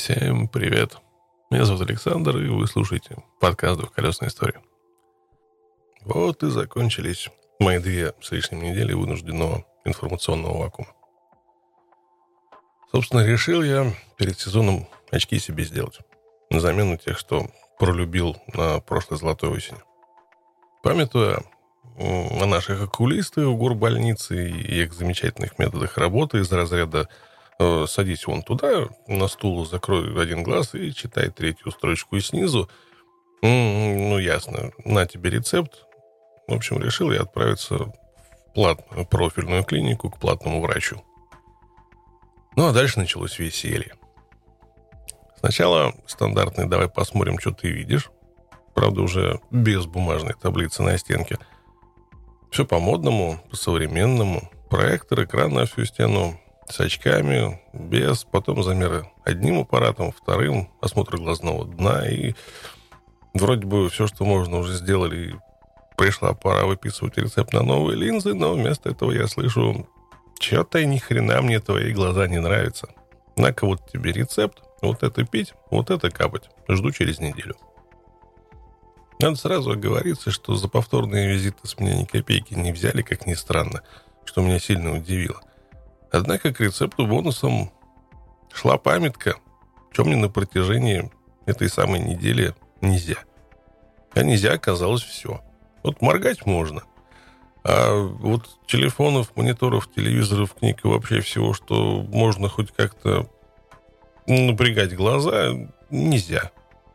Всем привет. Меня зовут Александр, и вы слушаете подкаст «Двухколесная история». Вот и закончились мои 2 с лишним недели вынужденного информационного вакуума. Собственно, решил я перед сезоном очки себе сделать. На замену тех, что пролюбил на прошлой золотой осени. Памятуя о наших окулистах в горбольнице и их замечательных методах работы из разряда «садись вон туда, на стул закрой один глаз и читай 3-ю строчку снизу». Ну, ясно, на тебе рецепт. В общем, решил я отправиться в платную профильную клинику к платному врачу. Ну, а дальше началось веселье. Сначала стандартный «давай посмотрим, что ты видишь». Правда, уже без бумажной таблицы на стенке. Все по-модному, по-современному. Проектор, экран на всю стену, с очками, без, потом замеры одним аппаратом, вторым, осмотр глазного дна. И вроде бы все, что можно, уже сделали. И пришла пора выписывать рецепт на новые линзы, но вместо этого я слышу: «Чё-то ни хрена мне твои глаза не нравятся. На-ка вот тебе рецепт, вот это пить, вот это капать. Жду через неделю». Надо сразу оговориться, что за повторные визиты с меня ни копейки не взяли, как ни странно, что меня сильно удивило. Однако к рецепту бонусом шла памятка, что мне на протяжении этой самой недели нельзя. А нельзя оказалось все. Вот моргать можно, а вот телефонов, мониторов, телевизоров, книг и вообще всего, что можно хоть как-то напрягать глаза, нельзя.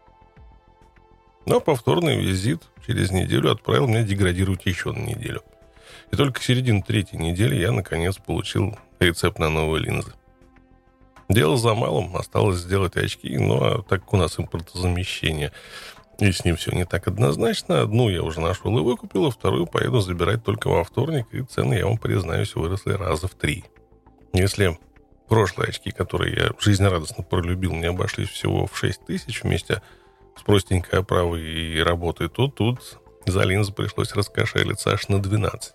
Но повторный визит через неделю отправил меня деградировать еще на неделю. И только к середине 3-й недели я, наконец, получил рецепт на новые линзы. Дело за малым, осталось сделать очки, а так как у нас импортозамещение, и с ним все не так однозначно, одну я уже нашел и выкупил, а вторую поеду забирать только во вторник, и цены, я вам признаюсь, выросли раза в 3. Если прошлые очки, которые я жизнерадостно пролюбил, мне обошлись всего в 6 тысяч вместе с простенькой оправой и работой, то тут за линзы пришлось раскошелиться аж на 12.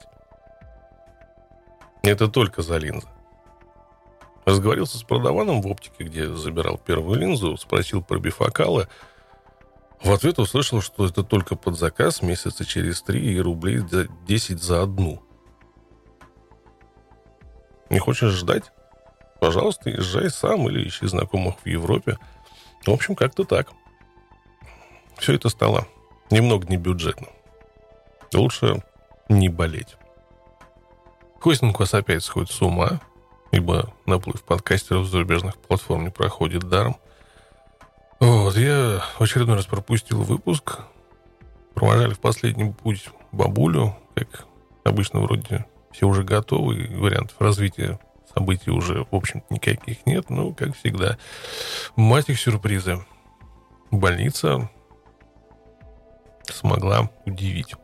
Это только за линзы. Разговорился с продаваном в оптике, где забирал первую линзу, спросил про бифокалы. В ответ услышал, что это только под заказ, месяца через 3 и рублей 10 за одну. Не хочешь ждать? Пожалуйста, езжай сам или ищи знакомых в Европе. В общем, как-то так. Все это стало немного небюджетно. Лучше не болеть. Хостинг у вас опять сходит с ума, ибо наплыв подкастеров с зарубежных платформ не проходит даром. Вот, я в очередной раз пропустил выпуск. Провожали в последний путь бабулю. Как обычно, вроде все уже готовы, и вариантов развития событий уже, в общем-то, никаких нет. Но, как всегда, мать их сюрпризы. Больница смогла удивить.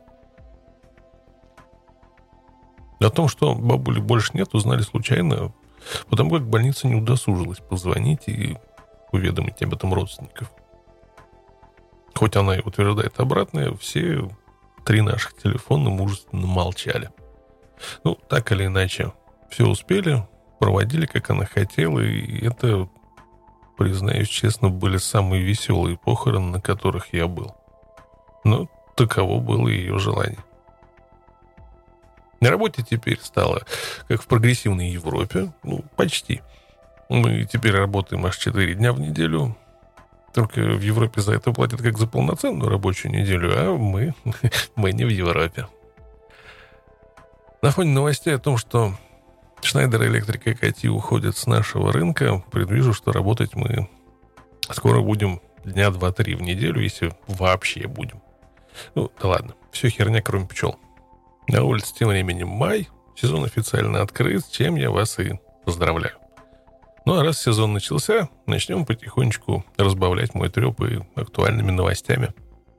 О том, что бабули больше нет, узнали случайно, потому как больница не удосужилась позвонить и уведомить об этом родственников. Хоть она и утверждает обратное, все 3 наших телефона мужественно молчали. Так или иначе, все успели, проводили, как она хотела, и это, признаюсь честно, были самые веселые похороны, на которых я был. Но таково было ее желание. На работе теперь стало, как в прогрессивной Европе, почти. Мы теперь работаем аж 4 дня в неделю. Только в Европе за это платят как за полноценную рабочую неделю, а мы не в Европе. На фоне новостей о том, что Schneider Electric и KT уходят с нашего рынка, предвижу, что работать мы скоро будем дня 2-3 в неделю, если вообще будем. Да ладно, все херня, кроме пчел. На улице тем временем май, сезон официально открыт, чем я вас и поздравляю. А раз сезон начался, начнем потихонечку разбавлять мой треп и актуальными новостями.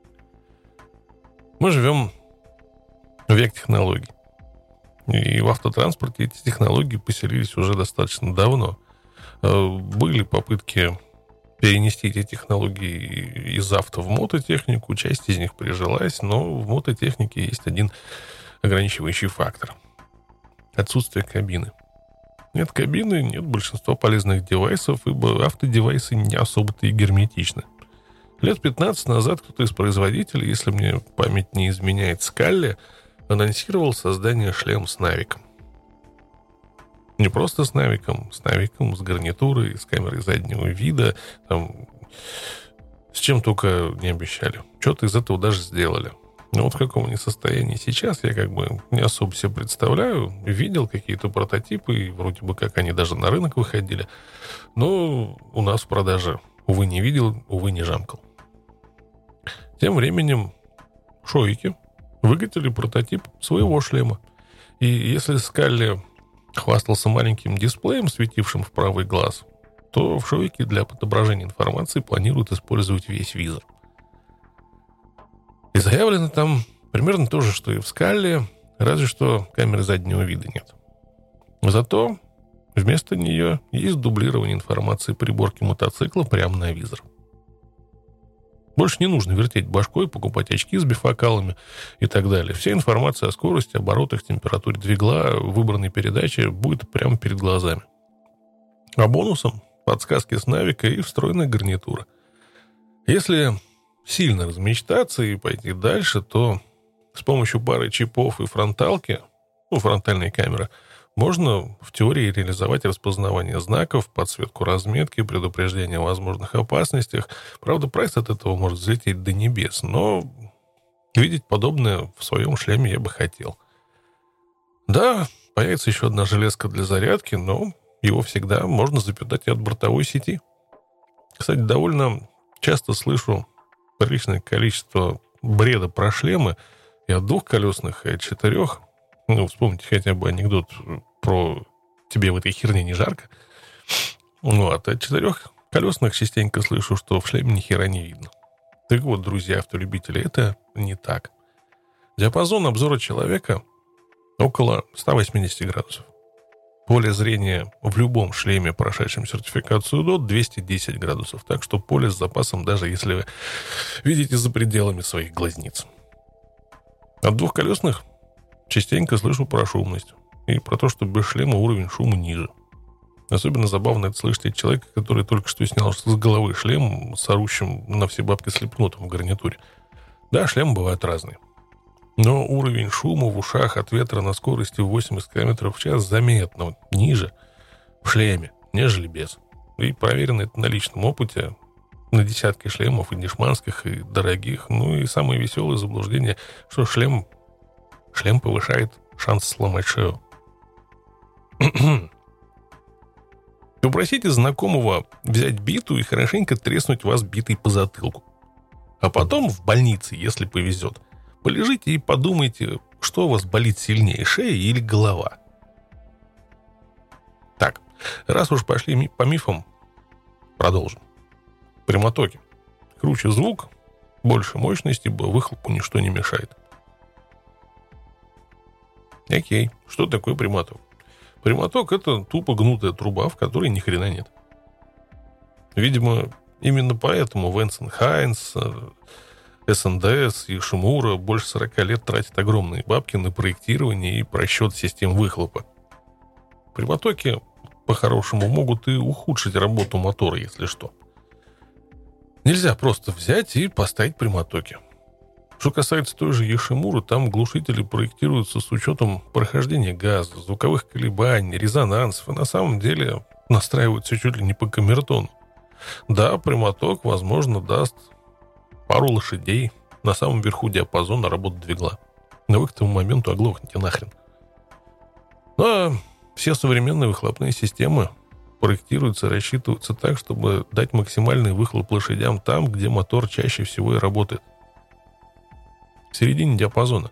Мы живем в век технологий. И в автотранспорте эти технологии поселились уже достаточно давно. Были попытки перенести эти технологии из авто в мототехнику, часть из них прижилась, но в мототехнике есть один ограничивающий фактор. Отсутствие кабины. Нет кабины, нет большинства полезных девайсов, ибо автодевайсы не особо-то и герметичны. Лет 15 назад кто-то из производителей, если мне память не изменяет, Скалли, анонсировал создание шлема с навиком. Не просто с навиком, с гарнитурой, с камерой заднего вида, там, с чем только не обещали. Что-то из этого даже сделали. Но вот в каком они состоянии сейчас, я как бы не особо себе представляю. Видел какие-то прототипы, и вроде бы как они даже на рынок выходили. Но у нас в продаже, увы, не видел, увы, не жамкал. Тем временем Шойки выкатили прототип своего шлема. И если Скалли хвастался маленьким дисплеем, светившим в правый глаз, то в Шойке для отображения информации планируют использовать весь визор. И заявлено там примерно то же, что и в Скалли, разве что камеры заднего вида нет. Зато вместо нее есть дублирование информации приборки мотоцикла прямо на визор. Больше не нужно вертеть башкой, покупать очки с бифокалами и так далее. Вся информация о скорости, оборотах, температуре двигла, выбранной передаче будет прямо перед глазами. А бонусом подсказки с навика и встроенная гарнитура. Если сильно размечтаться и пойти дальше, то с помощью пары чипов и фронталки, фронтальной камеры, можно в теории реализовать распознавание знаков, подсветку разметки, предупреждение о возможных опасностях. Правда, прайс от этого может взлететь до небес, но видеть подобное в своем шлеме я бы хотел. Да, появится еще одна железка для зарядки, но его всегда можно запитать и от бортовой сети. Кстати, довольно часто слышу приличное количество бреда про шлемы и от двухколесных, и от четырех. Вспомните хотя бы анекдот про «тебе в этой херне не жарко». Вот. От четырехколесных частенько слышу, что в шлеме ни хера не видно. Так вот, друзья автолюбители, это не так. Диапазон обзора человека около 180 градусов. Поле зрения в любом шлеме, прошедшем сертификацию DOT, 210 градусов. Так что поле с запасом, даже если вы видите за пределами своих глазниц. От двухколесных частенько слышу про шумность и про то, что без шлема уровень шума ниже. Особенно забавно это слышать от человека, который только что снял с головы шлем с орущим на все бабки слепнотом в гарнитуре. Да, шлемы бывают разные. Но уровень шума в ушах от ветра на скорости 80 км в час заметно ниже в шлеме, нежели без. И проверено это на личном опыте, на десятки шлемов и дешманских, и дорогих. Ну и самое веселое заблуждение, что шлем повышает шанс сломать шею. Попросите знакомого взять биту и хорошенько треснуть вас битой по затылку. А потом в больнице, если повезет, полежите и подумайте, что у вас болит сильнее, шея или голова. Так, раз уж пошли по мифам, продолжим. Прямотоки. Круче звук, больше мощности, выхлопу ничто не мешает. Окей, что такое прямоток? Прямоток — это тупо гнутая труба, в которой ни хрена нет. Видимо, именно поэтому Венсен Хайнс, СНДС и Шимура больше 40 лет тратят огромные бабки на проектирование и просчет систем выхлопа. Прямотоки, по-хорошему, могут и ухудшить работу мотора, если что. Нельзя просто взять и поставить прямотоки. Что касается той же Йошимуры, там глушители проектируются с учетом прохождения газа, звуковых колебаний, резонансов, и на самом деле настраиваются чуть ли не по камертону. Да, прямоток, возможно, даст пару лошадей на самом верху диапазона работы двигла. Но вы к тому моменту оглохнете нахрен. Ну, а все современные выхлопные системы проектируются, рассчитываются так, чтобы дать максимальный выхлоп лошадям там, где мотор чаще всего и работает. В середине диапазона.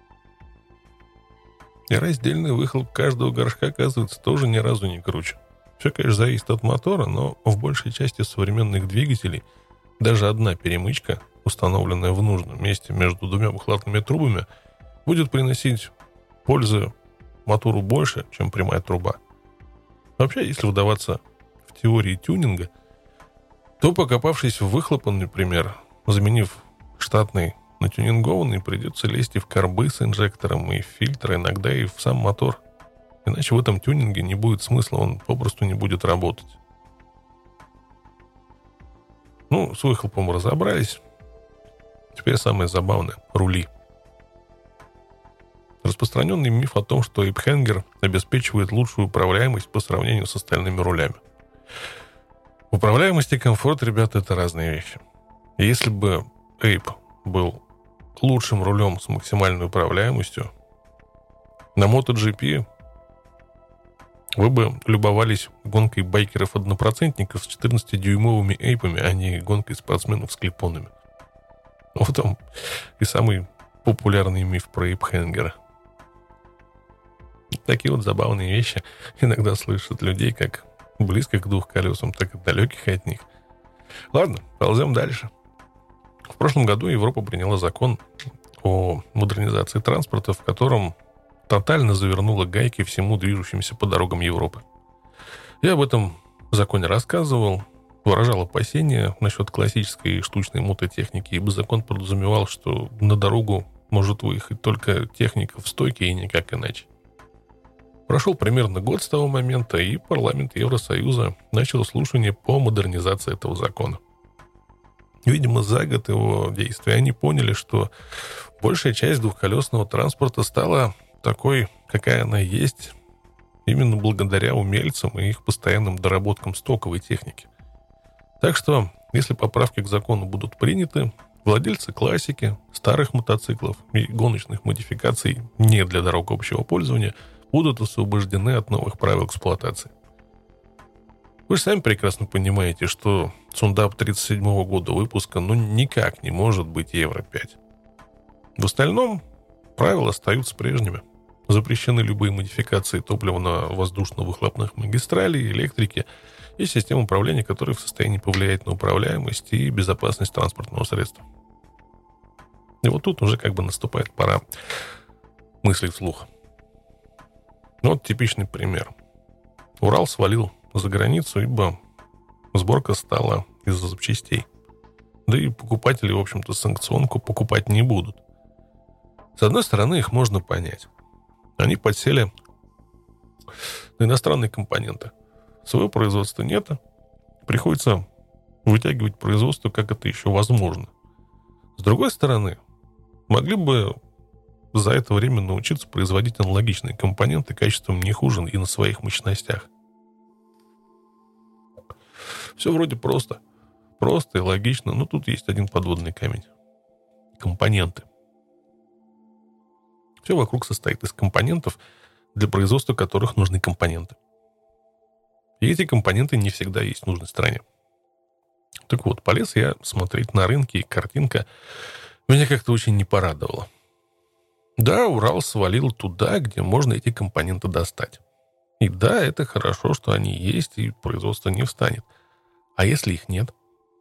И раздельный выхлоп каждого горшка, оказывается, тоже ни разу не круче. Все, конечно, зависит от мотора, но в большей части современных двигателей даже одна перемычка, установленная в нужном месте между двумя выхлопными трубами, будет приносить пользы мотору больше, чем прямая труба. Вообще, если вдаваться в теории тюнинга, то, покопавшись в выхлопы, например, заменив штатный на тюнингованный, придется лезть и в карбы с инжектором, и в фильтры, иногда и в сам мотор. Иначе в этом тюнинге не будет смысла, он попросту не будет работать. Ну, с выхлопом разобрались. Теперь самое забавное – рули. Распространенный миф о том, что эйпхенгер обеспечивает лучшую управляемость по сравнению с остальными рулями. Управляемость и комфорт, ребята, это разные вещи. И если бы Эйп был лучшим рулем с максимальной управляемостью, на MotoGP вы бы любовались гонкой байкеров-однопроцентников с 14-дюймовыми эйпами, а не гонкой спортсменов с клипонами. Вот он и самый популярный миф про эйпхенгера. Такие вот забавные вещи иногда слышат людей как близких к двухколесам, так и далеких от них. Ладно, ползем дальше. В прошлом году Европа приняла закон о модернизации транспорта, в котором тотально завернула гайки всему движущемуся по дорогам Европы. Я об этом законе рассказывал, выражал опасения насчет классической и штучной мототехники, ибо закон подразумевал, что на дорогу может выехать только техника в стойке и никак иначе. Прошел примерно год с того момента, и парламент Евросоюза начал слушание по модернизации этого закона. Видимо, за год его действия они поняли, что большая часть двухколесного транспорта стала такой, какая она есть, именно благодаря умельцам и их постоянным доработкам стоковой техники. Так что, если поправки к закону будут приняты, владельцы классики, старых мотоциклов и гоночных модификаций не для дорог общего пользования будут освобождены от новых правил эксплуатации. Вы же сами прекрасно понимаете, что Сундап 1937 года выпуска никак не может быть Евро-5. В остальном правила остаются прежними. Запрещены любые модификации топлива на воздушно-выхлопных магистралей, электрики и систем управления, которые в состоянии повлиять на управляемость и безопасность транспортного средства. И вот тут уже как бы наступает пора мыслить вслух. Вот типичный пример. Урал свалил за границу, ибо сборка стала из-за запчастей. Да и покупатели, в общем-то, санкционку покупать не будут. С одной стороны, их можно понять. Они подсели на иностранные компоненты. Своего производства нет. Приходится вытягивать производство, как это еще возможно. С другой стороны, могли бы за это время научиться производить аналогичные компоненты качеством не хуже и на своих мощностях. Все вроде просто. Просто и логично, но тут есть один подводный камень. Компоненты. Все вокруг состоит из компонентов, для производства которых нужны компоненты. И эти компоненты не всегда есть в нужной стране. Так вот, полез я смотреть на рынке, и картинка меня как-то очень не порадовала. Да, Урал свалил туда, где можно эти компоненты достать. И да, это хорошо, что они есть, и производство не встанет. А если их нет?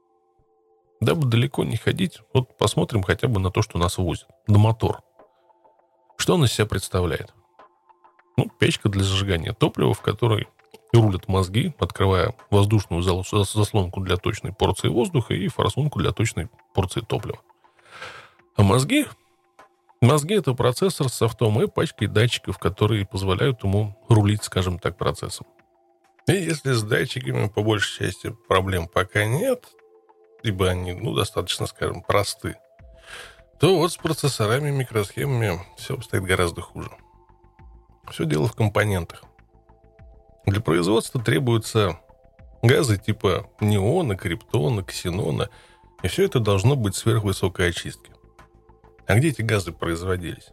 Дабы далеко не ходить, вот посмотрим хотя бы на то, что нас возят. На мотор. Что он из себя представляет? Печка для зажигания топлива, в которой рулят мозги, открывая воздушную заслонку для точной порции воздуха и форсунку для точной порции топлива. А мозги? Мозги — это процессор с софтом и пачкой датчиков, которые позволяют ему рулить, скажем так, процессом. И если с датчиками по большей части проблем пока нет, ибо они, достаточно, скажем, просты, то вот с процессорами и микросхемами все обстоит гораздо хуже. Все дело в компонентах. Для производства требуются газы типа неона, криптона, ксенона, и все это должно быть сверхвысокой очистки. А где эти газы производились?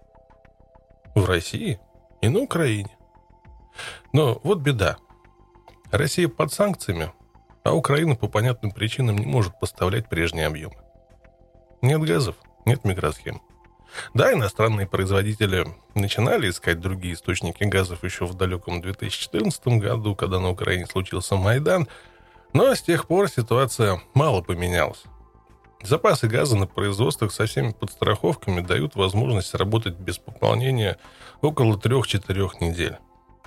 В России и на Украине. Но вот беда. Россия под санкциями, а Украина по понятным причинам не может поставлять прежние объемы. Нет газов, нет микросхем. Да, иностранные производители начинали искать другие источники газов еще в далеком 2014 году, когда на Украине случился Майдан, но с тех пор ситуация мало поменялась. Запасы газа на производствах со всеми подстраховками дают возможность работать без пополнения около 3-4 недель.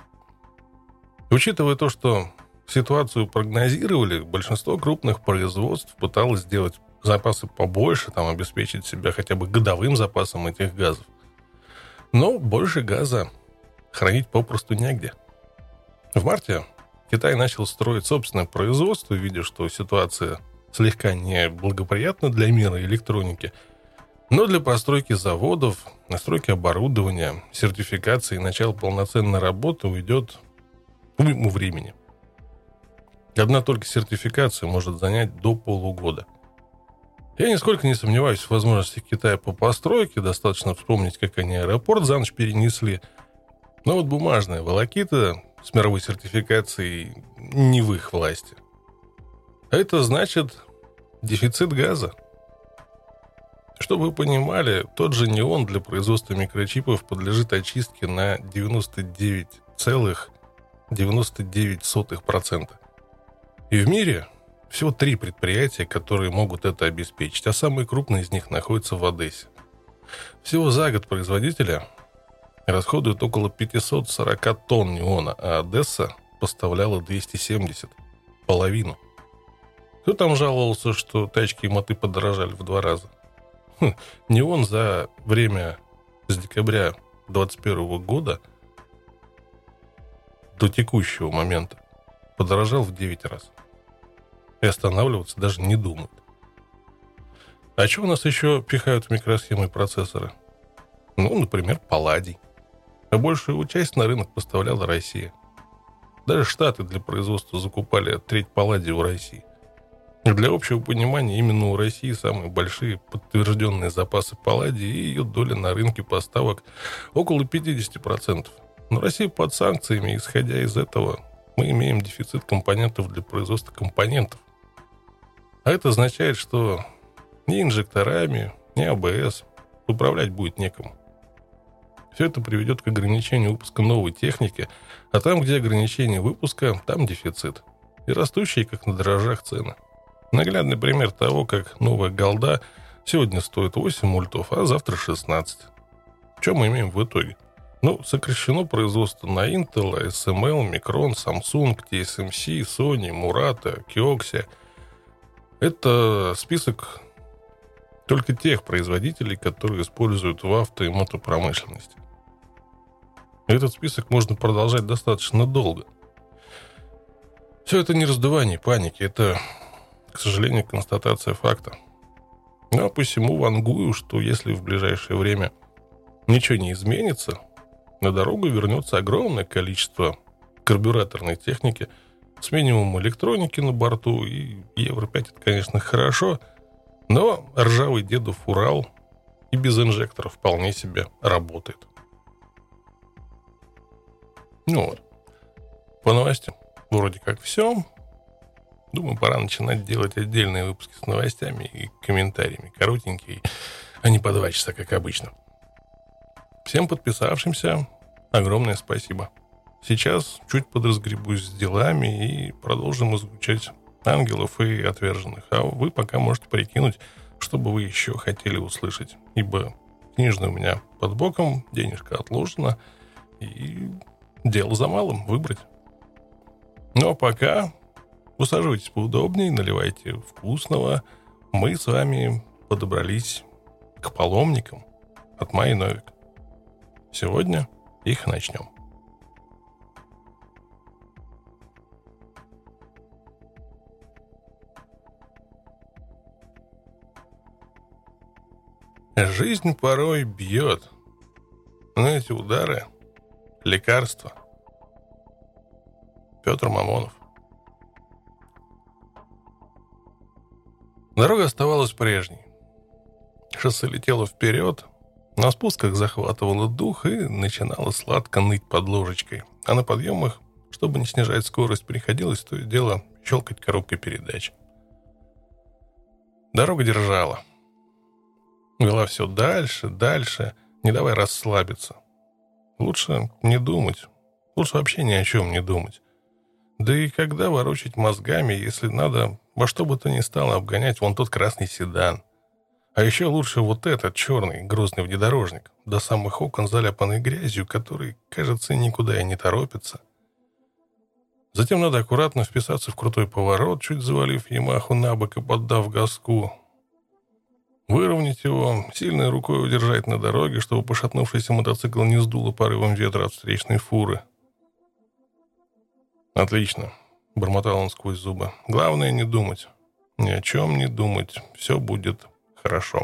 Учитывая то, что ситуацию прогнозировали, большинство крупных производств пыталось сделать запасы побольше, обеспечить себя хотя бы годовым запасом этих газов. Но больше газа хранить попросту негде. В марте Китай начал строить собственное производство, видя, что ситуация слегка неблагоприятна для мира электроники. Но для постройки заводов, настройки оборудования, сертификации и начала полноценной работы уйдет уйму времени. Одна только сертификация может занять до полугода. Я нисколько не сомневаюсь в возможностях Китая по постройке, достаточно вспомнить, как они аэропорт за ночь перенесли. Но вот бумажная волокита с мировой сертификацией не в их власти. А это значит дефицит газа. Чтобы вы понимали, тот же неон для производства микрочипов подлежит очистке на 99,99%. И в мире всего 3 предприятия, которые могут это обеспечить, а самые крупные из них находятся в Одессе. Всего за год производителя расходуют около 540 тонн неона, а Одесса поставляла 270, половину. Кто там жаловался, что тачки и моты подорожали в 2 раза? Неон за время с декабря 2021 года до текущего момента подорожал в 9 раз. И останавливаться даже не думают. А что у нас еще пихают в микросхемы и процессоры? Ну, например, палладий. А большую его часть на рынок поставляла Россия. Даже Штаты для производства закупали треть палладия у России. Для общего понимания, именно у России самые большие подтвержденные запасы палладия, и ее доля на рынке поставок около 50%. Но Россия под санкциями, исходя из этого, мы имеем дефицит компонентов для производства компонентов. А это означает, что ни инжекторами, ни АБС управлять будет некому. Все это приведет к ограничению выпуска новой техники, а там, где ограничение выпуска, там дефицит. И растущие, как на дрожжах, цены. Наглядный пример того, как новая голда сегодня стоит 8 мультов, а завтра 16. Что мы имеем в итоге? Ну, сокращено производство на Intel, ASML, Micron, Samsung, TSMC, Sony, Murata, Kioxia. Это список только тех производителей, которые используют в авто- и мотопромышленности. Этот список можно продолжать достаточно долго. Все это не раздувание паники, это, к сожалению, констатация факта. Ну, а посему вангую, что если в ближайшее время ничего не изменится, на дорогу вернется огромное количество карбюраторной техники с минимумом электроники на борту, и Евро-5 это, конечно, хорошо, но ржавый дедов Урал и без инжектора вполне себе работает. Ну вот. По новостям вроде как все. Думаю, пора начинать делать отдельные выпуски с новостями и комментариями. Коротенькие, а не по 2 часа, как обычно. Всем подписавшимся огромное спасибо. Сейчас чуть подразгребусь с делами и продолжим изучать ангелов и отверженных. А вы пока можете прикинуть, что бы вы еще хотели услышать. Ибо книжный у меня под боком, денежка отложена, и дело за малым — выбрать. Ну а пока усаживайтесь поудобнее, наливайте вкусного. Мы с вами подобрались к паломникам от Майи Новик. Сегодня их начнем. Жизнь порой бьет, но эти удары — лекарства. Петр Мамонов. Дорога оставалась прежней. Шоссе летело вперед, на спусках захватывало дух и начинало сладко ныть под ложечкой. А на подъемах, чтобы не снижать скорость, приходилось то и дело щелкать коробкой передач. Дорога держала. Вела все дальше, дальше, не давай расслабиться. Лучше не думать. Лучше вообще ни о чем не думать. Да и когда ворочать мозгами, если надо во что бы то ни стало обгонять вон тот красный седан. А еще лучше вот этот черный грозный внедорожник, до самых окон заляпанный грязью, который, кажется, никуда и не торопится. Затем надо аккуратно вписаться в крутой поворот, чуть завалив Ямаху на бок и поддав газку. выровнять его, сильной рукой удержать на дороге, чтобы пошатнувшийся мотоцикл не сдуло порывом ветра от встречной фуры. «Отлично», — бормотал он сквозь зубы. «Главное не думать. Ни о чем не думать. Все будет хорошо».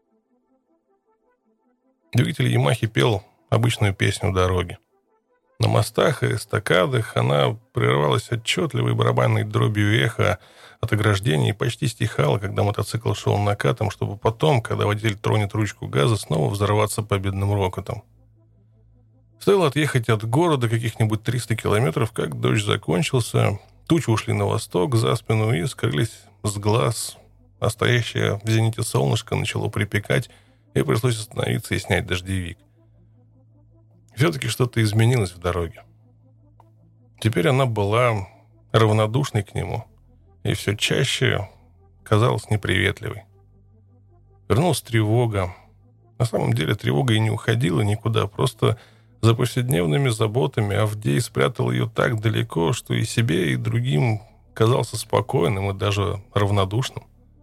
Двигатель «Ямахи» пел обычную песню дороги. На мостах и эстакадах она прерывалась отчетливой барабанной дробью эха от ограждений и почти стихала, когда мотоцикл шел накатом, чтобы потом, когда водитель тронет ручку газа, снова взорваться победным рокотом. Стоило отъехать от города каких-нибудь 300 километров, как дождь закончился, тучи ушли на восток, за спину и скрылись с глаз, а стоящее в зените солнышко начало припекать, и пришлось остановиться и снять дождевик. Все-таки что-то изменилось в дороге. Теперь она была равнодушной к нему и все чаще казалась неприветливой. Вернулась тревога. На самом деле тревога и не уходила никуда, просто за повседневными заботами Авдей спрятал ее так далеко, что и себе, и другим казался спокойным и даже равнодушным.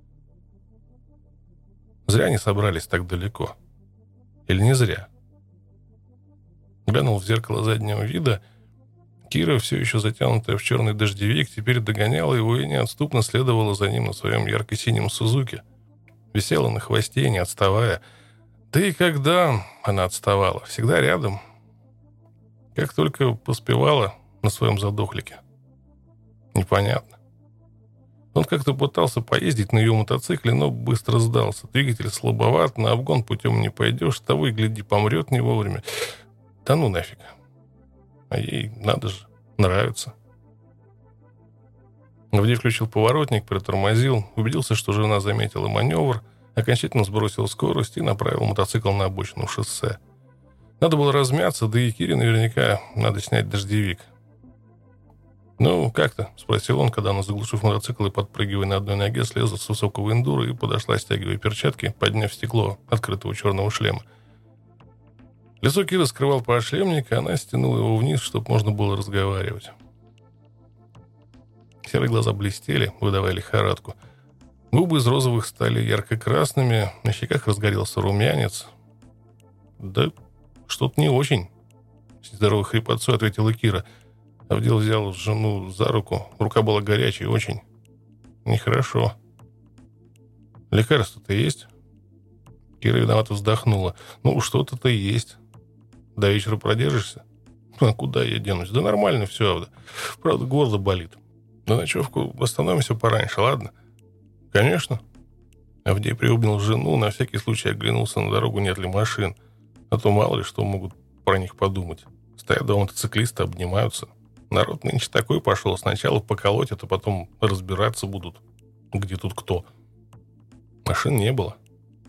Зря они собрались так далеко. Или не зря? Глянул в зеркало заднего вида. Кира, все еще затянутая в черный дождевик, теперь догоняла его и неотступно следовала за ним на своем ярко-синем Сузуке. Висела на хвосте, не отставая. Да и когда она отставала? Всегда рядом. Как только поспевала на своем задохлике. Непонятно. Он как-то пытался поездить на ее мотоцикле, но быстро сдался. Двигатель слабоват, на обгон путем не пойдешь, того и гляди, помрет не вовремя. Да ну нафиг. А ей надо же, нравится. Авдей включил поворотник, притормозил, убедился, что жена заметила маневр, окончательно сбросил скорость и направил мотоцикл на обочину шоссе. Надо было размяться, да и Кире наверняка надо снять дождевик. «Ну, как-то?» — спросил он, когда она, заглушив мотоцикл и подпрыгивая на одной ноге, слезла с высокого эндуро и подошла, стягивая перчатки, подняв стекло открытого черного шлема. Лицо Киры скрывал подшлемник, и она стянула его вниз, чтобы можно было разговаривать. Серые глаза блестели, выдавая лихорадку. Губы из розовых стали ярко-красными, на щеках разгорелся румянец. «Да что-то не очень», — с нездоровой хрипотцой ответила Кира. Авдей взял жену за руку. Рука была горячей, очень. Нехорошо. «Лекарство-то есть?» Кира виновато вздохнула. «Ну, что-то-то есть. До вечера продержишься?» «А куда я денусь? Да нормально все, Авда. Правда, горло болит. На ночевку остановимся пораньше, ладно?» «Конечно». Авдей приобнял жену, на всякий случай оглянулся на дорогу, нет ли машин. А то мало ли что могут про них подумать. Стоят два мотоциклиста, обнимаются. Народ нынче такой пошел. Сначала поколотят, а потом разбираться будут, где тут кто. Машин не было.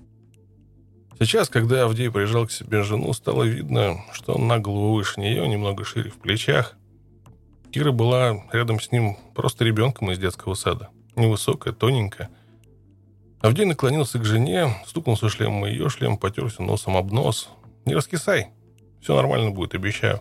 Сейчас, когда Авдей приезжал к себе жену, стало видно, что он на голову выше нее, немного шире в плечах. Кира была рядом с ним просто ребенком из детского сада. Невысокая, тоненькая. Авдей наклонился к жене, стукнулся шлемом и ее шлем, потерся носом об нос. «Не раскисай. Все нормально будет, обещаю».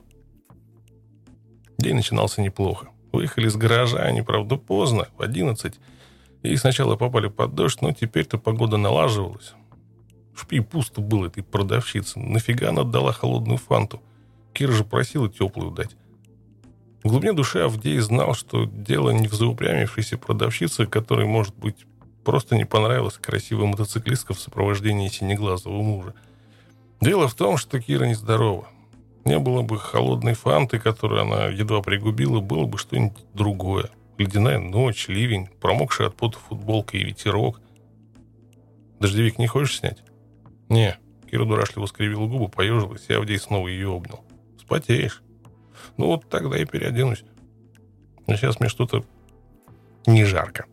День начинался неплохо. Выехали из гаража, они, правда, поздно, в 11. И сначала попали под дождь, но теперь-то погода налаживалась. В пи пусто было этой продавщице. Нафига она отдала холодную фанту? Кира же просила теплую дать. В глубине души Авдей знал, что дело не в заупрямившейся продавщице, которой, может быть, просто не понравилась красивая мотоциклистка в сопровождении синеглазого мужа. Дело в том, что Кира нездорова. Не было бы холодной фанты, которую она едва пригубила, было бы что-нибудь другое. Ледяная ночь, ливень, промокшая от пота футболка и ветерок. «Дождевик не хочешь снять?» «Не». Кира дурашливо скривила губы, поежилась, и Авдей снова ее обнял. «Вспотеешь?» «Ну вот тогда и переоденусь. А сейчас мне что-то не жарко».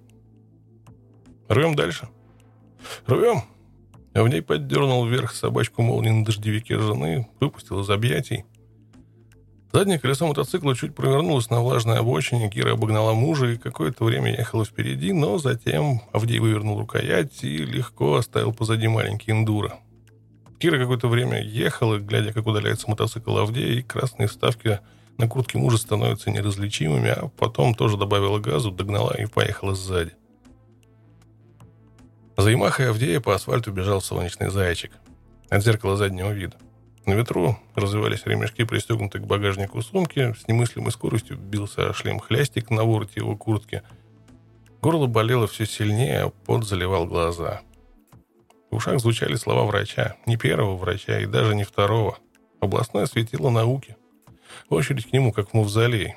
«Рвем дальше?» «Рвем». Авдей поддернул вверх собачку молнии на дождевике жены, выпустил из объятий. Заднее колесо мотоцикла чуть провернулось на влажной обочине, Кира обогнала мужа и какое-то время ехала впереди, но затем Авдей вывернул рукоять и легко оставил позади маленький эндуро. Кира какое-то время ехала, глядя, как удаляется мотоцикл Авдея, и красные вставки на куртке мужа становятся неразличимыми, а потом тоже добавила газу, догнала и поехала сзади. За Ямахой Авдея по асфальту бежал солнечный зайчик от зеркала заднего вида. На ветру развивались ремешки, пристегнутые к багажнику сумки. С немыслимой скоростью бился о шлем хлястик на вороте его куртки. Горло болело все сильнее, а пот заливал глаза. В ушах звучали слова врача. Не первого врача и даже не второго. Областное светило науки. Очередь к нему, как в мавзолей.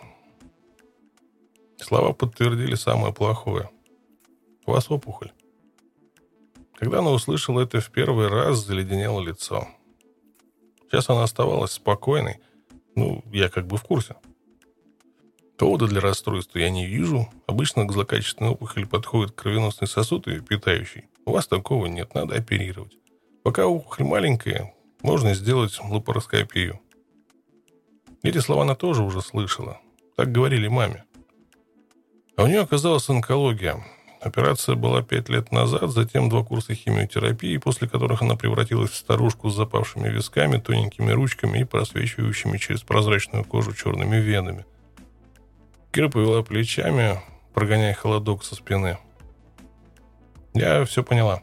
Слова подтвердили самое плохое. У вас опухоль. Когда она услышала это в первый раз, заледенело лицо. Сейчас она оставалась спокойной. Я как бы в курсе. Повода для расстройства я не вижу. Обычно к злокачественной опухоли подходит кровеносный сосуд и питающий. У вас такого нет, надо оперировать. Пока опухоль маленькая, можно сделать лапароскопию. Эти слова она тоже уже слышала. Так говорили маме. А у нее оказалась онкология. Операция была 5 лет назад, затем 2 курса химиотерапии, после которых она превратилась в старушку с запавшими висками, тоненькими ручками и просвечивающими через прозрачную кожу черными венами. Кира повела плечами, прогоняя холодок со спины. Я все поняла.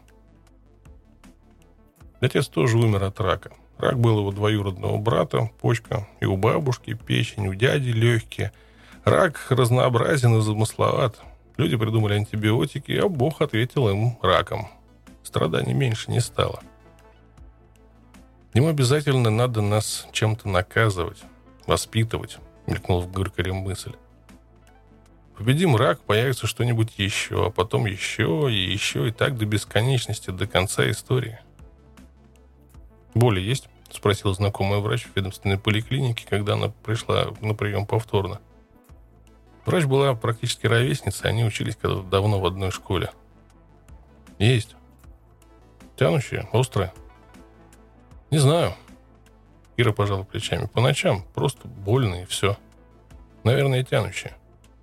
Отец тоже умер от рака. Рак был его двоюродного брата, почка, и у бабушки печень, у дяди легкие. Рак разнообразен и замысловат. Люди придумали антибиотики, а Бог ответил им раком. Страданий меньше не стало. Ему обязательно надо нас чем-то наказывать, воспитывать, мелькнула в Горькаре мысль. Победим рак, появится что-нибудь еще, а потом еще, и так до бесконечности, до конца истории. «Боли есть?» — спросил знакомый врач в ведомственной поликлинике, когда она пришла на прием повторно. Врач была практически ровесницей, они учились когда-то давно в одной школе. «Есть. Тянущие, острые?» «Не знаю». Ира пожала плечами. «По ночам просто больно и все. Наверное, тянущие».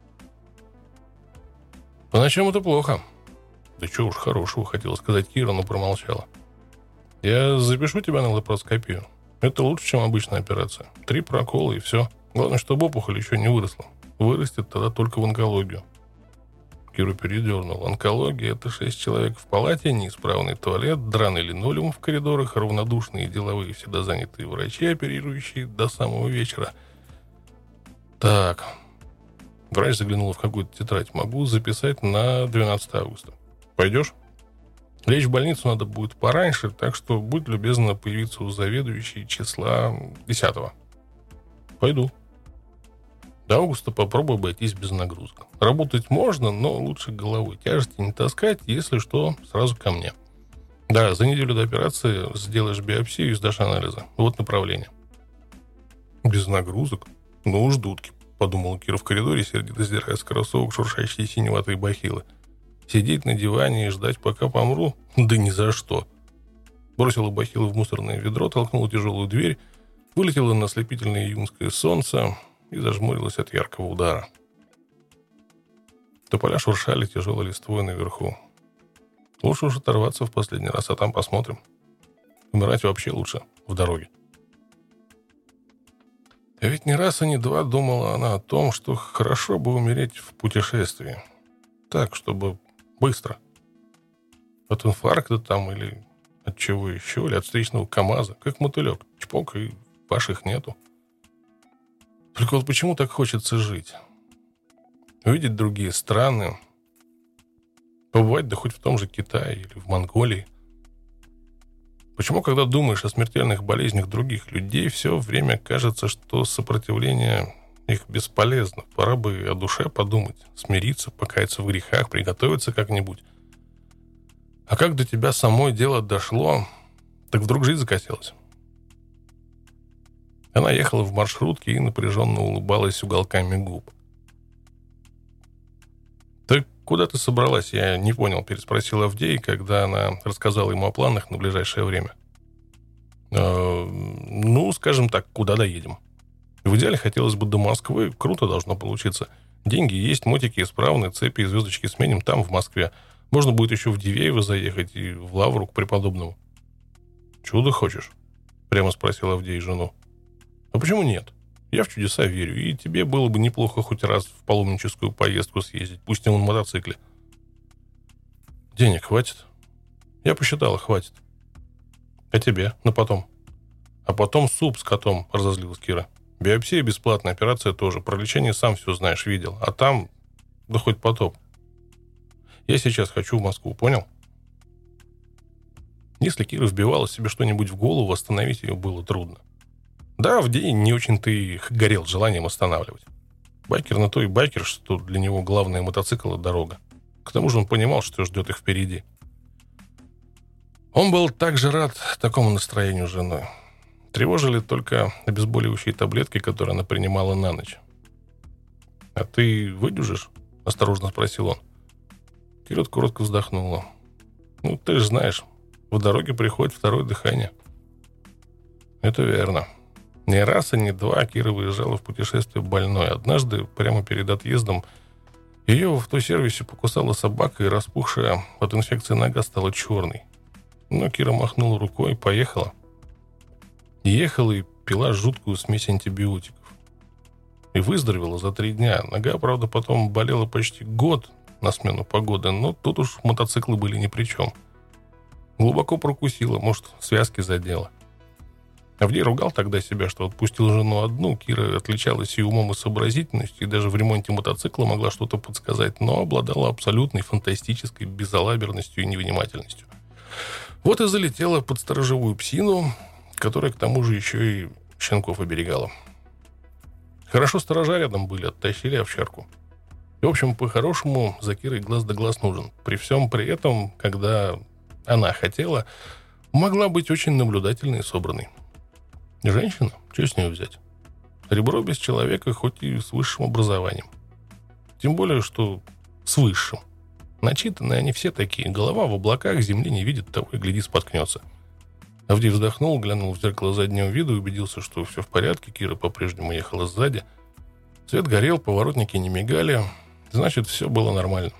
«По ночам это плохо». «Да чего уж хорошего», хотела сказать Кира, но промолчала. «Я запишу тебя на лапароскопию. Это лучше, чем обычная операция. 3 прокола и все. Главное, чтобы опухоль еще не выросла. Вырастет тогда только в онкологию». Киру передернул. Онкология — это 6 человек в палате, неисправный туалет, драный линолеум в коридорах, равнодушные деловые, всегда занятые врачи, оперирующие до самого вечера. Так. Врач заглянул в какую-то тетрадь. Могу записать на 12 августа. Пойдешь? Лечь в больницу надо будет пораньше, так что будь любезна появиться у заведующей числа 10-го. Пойду. До августа попробуй обойтись без нагрузок. Работать можно, но лучше головой. Тяжести не таскать, если что, сразу ко мне. Да, за неделю до операции сделаешь биопсию и сдашь анализы. Вот направление. Без нагрузок? Ну, ждутки, подумала Кира в коридоре, сердито сдирая с кроссовок шуршащие синеватые бахилы. Сидеть на диване и ждать, пока помру? Да ни за что. Бросила бахилы в мусорное ведро, толкнула тяжелую дверь, вылетела на ослепительное июньское солнце и зажмурилась от яркого удара. Тополя шуршали тяжелой листвой наверху. Лучше уж оторваться в последний раз, а там посмотрим. Умирать вообще лучше в дороге. А ведь не раз и не два думала она о том, что хорошо бы умереть в путешествии. Так, чтобы быстро. От инфаркта там или от чего еще, или от встречного КамАЗа. Как мотылек. Чпок, и ваших нету. Только вот почему так хочется жить? Увидеть другие страны. Побывать, да хоть в том же Китае или в Монголии. Почему, когда думаешь о смертельных болезнях других людей, все время кажется, что сопротивление их бесполезно? Пора бы о душе подумать, смириться, покаяться в грехах, приготовиться как-нибудь. А как до тебя самой дело дошло, так вдруг жизнь закосилась. Она ехала в маршрутке и напряженно улыбалась уголками губ. «Так куда ты собралась?» Я не понял, переспросил Авдей, когда она рассказала ему о планах на ближайшее время. Скажем так, куда доедем. В идеале хотелось бы до Москвы, круто должно получиться. Деньги есть, мотики исправны, цепи и звездочки сменим там, в Москве. Можно будет еще в Дивеево заехать и в Лавру к преподобному». «Чудо хочешь?» Прямо спросил Авдей жену. «А почему нет? Я в чудеса верю, и тебе было бы неплохо хоть раз в паломническую поездку съездить, пусть и на мотоцикле». «Денег хватит?» Я посчитала, хватит. А тебе? На потом. А потом суп с котом, разозлилась Кира. Биопсия бесплатная, операция тоже. Про лечение сам все знаешь, видел. А там, да хоть потоп. Я сейчас хочу в Москву, понял? Если Кира вбивала себе что-нибудь в голову, остановить ее было трудно. Да, в день не очень-то и горел желанием останавливать. Байкер на то и байкер, что для него главное мотоцикл и дорога. К тому же он понимал, что ждет их впереди. Он был также рад такому настроению жены. Тревожили только обезболивающие таблетки, которые она принимала на ночь. «А ты выдержишь?» – осторожно спросил он. Кира коротко вздохнула. «Ну, ты же знаешь, в дороге приходит второе дыхание». «Это верно. Не раз и не два Кира выезжала в путешествие больной. Однажды, прямо перед отъездом, ее в автосервисе покусала собака, и распухшая от инфекции нога стала черной. Но Кира махнула рукой и поехала. Ехала и пила жуткую смесь антибиотиков. И выздоровела за 3 дня. Нога, правда, потом болела почти год на смену погоды, но тут уж мотоциклы были ни при чем. Глубоко прокусила, может, связки задела. Авдей ругал тогда себя, что отпустил жену одну. Кира отличалась и умом, и сообразительностью, и даже в ремонте мотоцикла могла что-то подсказать, но обладала абсолютной фантастической безалаберностью и невнимательностью. Вот и залетела под сторожевую псину, которая к тому же еще и щенков оберегала. Хорошо сторожа рядом были, оттащили овчарку. И, в общем, по-хорошему, за Кирой глаз да глаз нужен. При всем при этом, когда она хотела, могла быть очень наблюдательной и собранной. Женщина? Что с нее взять? Ребро без человека, хоть и с высшим образованием. Тем более, что с высшим. Начитанные они все такие. Голова в облаках, земли не видит, того и гляди споткнется. Авдей вздохнул, глянул в зеркало заднего вида и убедился, что все в порядке. Кира по-прежнему ехала сзади. Свет горел, поворотники не мигали. Значит, все было нормально.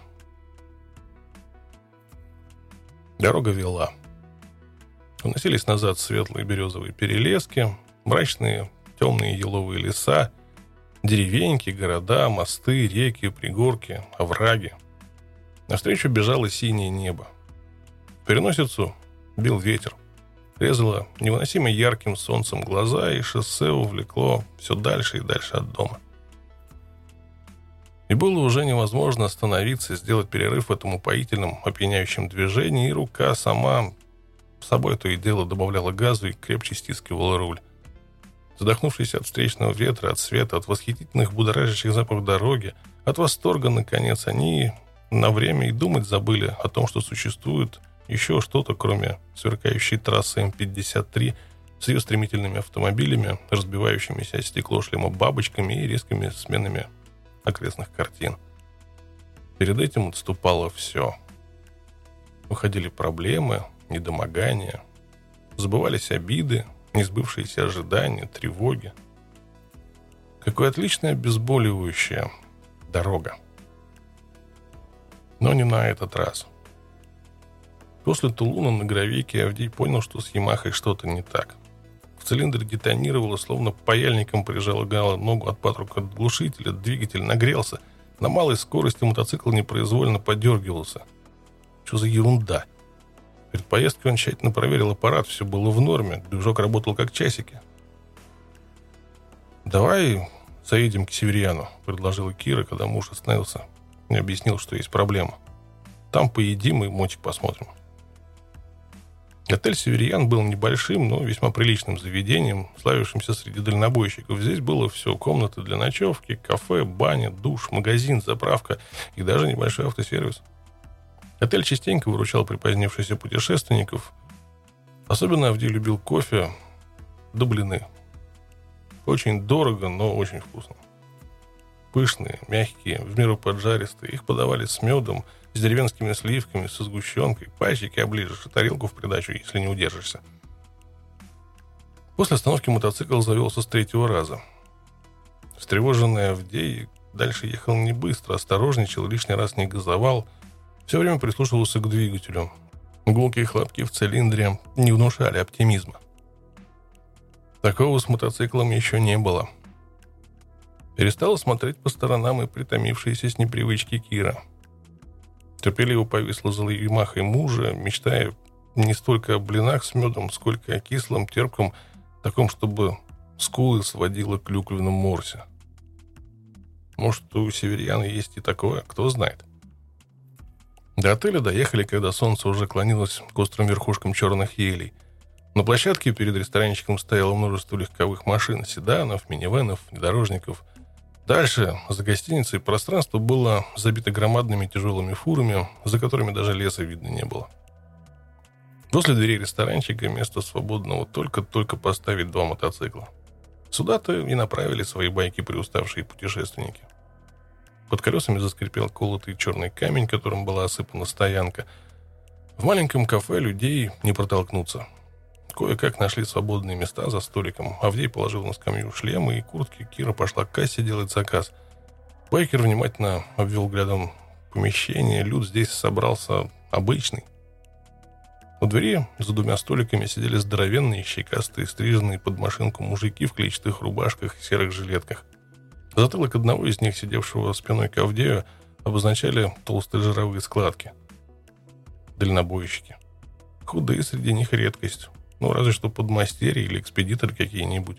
Дорога вела. Уносились назад светлые березовые перелески, мрачные темные еловые леса, деревеньки, города, мосты, реки, пригорки, овраги. Навстречу бежало синее небо. В переносицу бил ветер. Резало невыносимо ярким солнцем глаза, и шоссе увлекло все дальше и дальше от дома. И было уже невозможно остановиться, сделать перерыв в этом упоительном, опьяняющем движении, и рука сама собой то и дело добавляла газу и крепче стискивала руль. Задохнувшись от встречного ветра, от света, от восхитительных будоражащих запахов дороги, от восторга, наконец, они на время и думать забыли о том, что существует еще что-то, кроме сверкающей трассы М-53 с ее стремительными автомобилями, разбивающимися о стекло шлема бабочками и резкими сменами окрестных картин. Перед этим отступало все. Уходили проблемы, недомогания, забывались обиды, несбывшиеся ожидания, тревоги. Какое отличное обезболивающее дорога. Но не на этот раз. После Тулуна на Гравейке Авдей понял, что с Ямахой что-то не так. В цилиндре детонировало, словно паяльником прижало ногу от патрука от глушителя, двигатель нагрелся. На малой скорости мотоцикл непроизвольно подергивался. Что за ерунда? Перед поездкой он тщательно проверил аппарат, все было в норме, движок работал как часики. «Давай заедем к Северьяну», — предложила Кира, когда муж остановился и объяснил, что есть проблема. «Там поедим и мотик посмотрим». Отель «Северьян» был небольшим, но весьма приличным заведением, славившимся среди дальнобойщиков. Здесь было все: комнаты для ночевки, кафе, баня, душ, магазин, заправка и даже небольшой автосервис. Отель частенько выручал припозднившихся путешественников. Особенно Авдей любил кофе да блины. Очень дорого, но очень вкусно. Пышные, мягкие, в меру поджаристые. Их подавали с медом, с деревенскими сливками, со сгущенкой. Пальчики оближешь и тарелку в придачу, если не удержишься. После остановки мотоцикл завелся с 3-го раза. Встревоженный Авдей дальше ехал не быстро, осторожничал, лишний раз не газовал. Все время прислушивался к двигателю. Гулкие хлопки в цилиндре не внушали оптимизма. Такого с мотоциклом еще не было. Перестала смотреть по сторонам и притомившаяся с непривычки Кира. Терпеливо повисла за Ямахой мужа, мечтая не столько о блинах с медом, сколько о кислом, терпком, таком, чтобы скулы сводило к клюквенном морсе. Может, у северян есть и такое, кто знает. До отеля доехали, когда солнце уже клонилось к острым верхушкам черных елей. На площадке перед ресторанчиком стояло множество легковых машин, седанов, минивенов, внедорожников. Дальше, за гостиницей, пространство было забито громадными тяжелыми фурами, за которыми даже леса видно не было. Возле дверей ресторанчика место свободного только-только поставить 2 мотоцикла. Сюда-то и направили свои байки приуставшие путешественники. Под колесами заскрипел колотый черный камень, которым была осыпана стоянка. В маленьком кафе людей не протолкнуться. Кое-как нашли свободные места за столиком. Авдей положил на скамью шлемы и куртки. Кира пошла к кассе делать заказ. Байкер внимательно обвел взглядом помещение. Люд здесь собрался обычный. У двери за 2 столиками сидели здоровенные, щекастые, стриженные под машинку мужики в клетчатых рубашках и серых жилетках. Затылок одного из них, сидевшего спиной к Авдею, обозначали толстые жировые складки. Дальнобойщики. Худые среди них редкость. Ну, разве что подмастерья или экспедиторы какие-нибудь.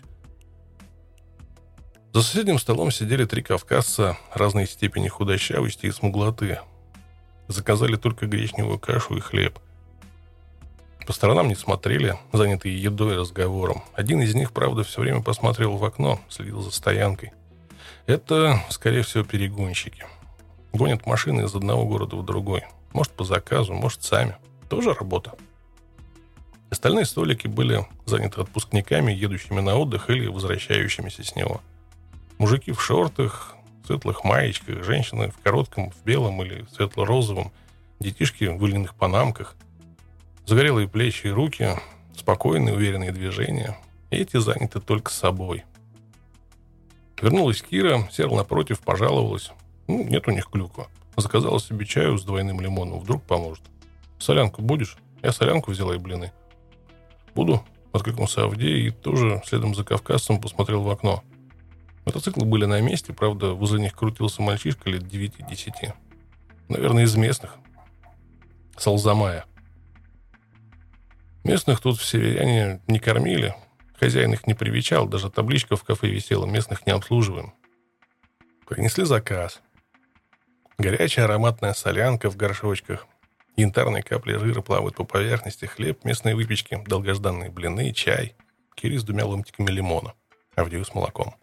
За соседним столом сидели 3 кавказца разной степени худощавости и смуглоты. Заказали только гречневую кашу и хлеб. По сторонам не смотрели, занятые едой и разговором. Один из них, правда, все время посмотрел в окно, следил за стоянкой. Это, скорее всего, перегонщики. Гонят машины из одного города в другой. Может, по заказу, может, сами. Тоже работа. Остальные столики были заняты отпускниками, едущими на отдых или возвращающимися с него. Мужики в шортах, светлых маечках, женщины в коротком, в белом или светло-розовом, детишки в выльных панамках. Загорелые плечи и руки, спокойные, уверенные движения. И эти заняты только собой. Вернулась Кира, села напротив, пожаловалась. Нет у них клюква. Заказала себе чаю с 2 лимоном. Вдруг поможет. Солянку будешь? Я солянку взяла и блины. Буду, откликнулся Авдей и тоже следом за кавказцем посмотрел в окно. Мотоциклы были на месте, правда, возле них крутился мальчишка лет 9-10. Наверное, из местных. С Алзамая. Местных тут в северяне не кормили. Хозяин их не привечал, даже табличка в кафе висела: местных не обслуживаем. Принесли заказ. Горячая ароматная солянка в горшочках. Янтарные капли жира плавают по поверхности, хлеб, местные выпечки, долгожданные блины, чай. Кири с 2 ломтиками лимона. Авдею с молоком.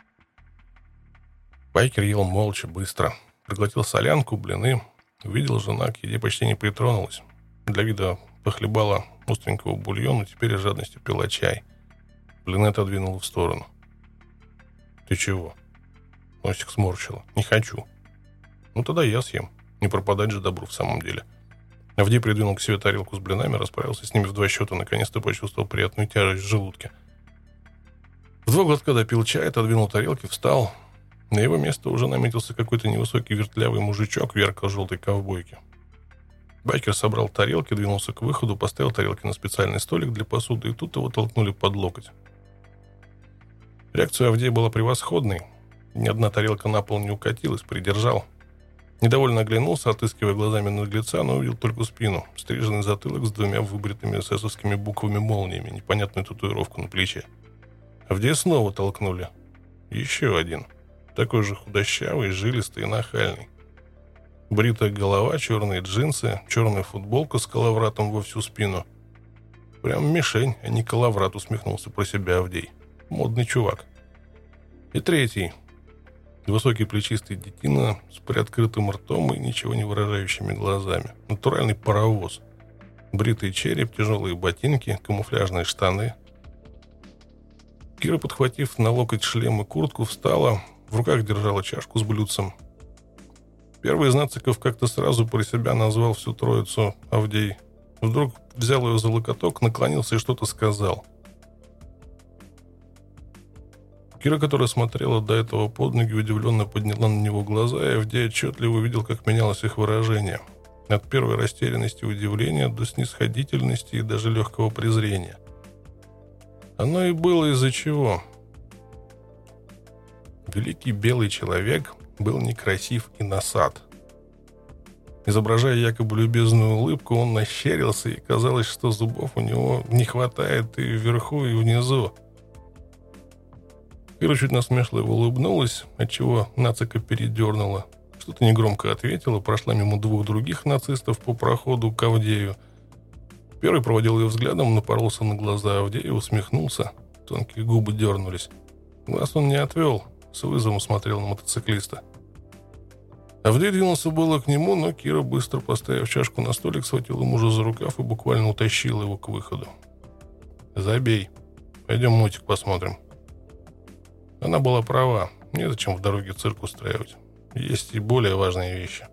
Байкер ел молча, быстро. Проглотил солянку, блины. Увидел, жена к еде почти не притронулась. Для вида похлебала остренького бульона, теперь с жадностью пила чай. Блины отодвинула в сторону. «Ты чего?» Носик сморщила. «Не хочу». «Ну, тогда я съем. Не пропадать же добру в самом деле». Авдей придвинул к себе тарелку с блинами, расправился с ними в 2 счета, наконец-то почувствовал приятную тяжесть в желудке. В 2 глотка допил чай, отодвинул тарелки, встал. На его место уже наметился какой-то невысокий вертлявый мужичок в ярко-желтой ковбойке. Байкер собрал тарелки, двинулся к выходу, поставил тарелки на специальный столик для посуды, и тут его толкнули под локоть. Реакция Авдея была превосходной. Ни одна тарелка на пол не укатилась, придержал. Недовольно оглянулся, отыскивая глазами наглеца, но увидел только спину, стриженный затылок с 2 выбритыми эсэсовскими буквами-молниями, непонятную татуировку на плече. Авдея снова толкнули. Еще один. Такой же худощавый, жилистый и нахальный. Бритая голова, черные джинсы, черная футболка с коловратом во всю спину. Прям мишень, а не коловрат, усмехнулся про себя Авдей. Модный чувак. И третий. Высокий плечистый детина с приоткрытым ртом и ничего не выражающими глазами. Натуральный паровоз. Бритый череп, тяжелые ботинки, камуфляжные штаны. Кира, подхватив на локоть шлем и куртку, встала. В руках держала чашку с блюдцем. Первый из нациков как-то сразу про себя назвал всю троицу Авдей. Вдруг взял ее за локоток, наклонился и что-то сказал. Кира, которая смотрела до этого под ноги, удивленно подняла на него глаза, и Авдей отчетливо увидел, как менялось их выражение. От первой растерянности и удивления до снисходительности и даже легкого презрения. Оно и было из-за чего. Великий белый человек был некрасив и насат. Изображая якобы любезную улыбку, он нащерился, и казалось, что зубов у него не хватает и вверху, и внизу. Кира чуть насмешливо улыбнулась, отчего нацика передернула. Что-то негромко ответила, прошла мимо двух других нацистов по проходу к Авдею. Первый проводил ее взглядом, напоролся на глаза Авдея, усмехнулся. Тонкие губы дернулись. Глаз он не отвел, с вызовом смотрел на мотоциклиста. Авдей двинулся было к нему, но Кира, быстро поставив чашку на столик, схватила мужа за рукав и буквально утащила его к выходу. «Забей. Пойдем мультик посмотрим». Она была права. Незачем в дороге цирк устраивать. Есть и более важные вещи.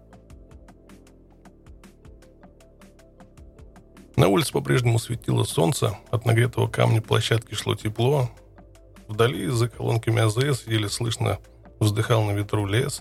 На улице по-прежнему светило солнце. От нагретого камня площадки шло тепло. Вдали, за колонками АЗС, еле слышно вздыхал на ветру лес.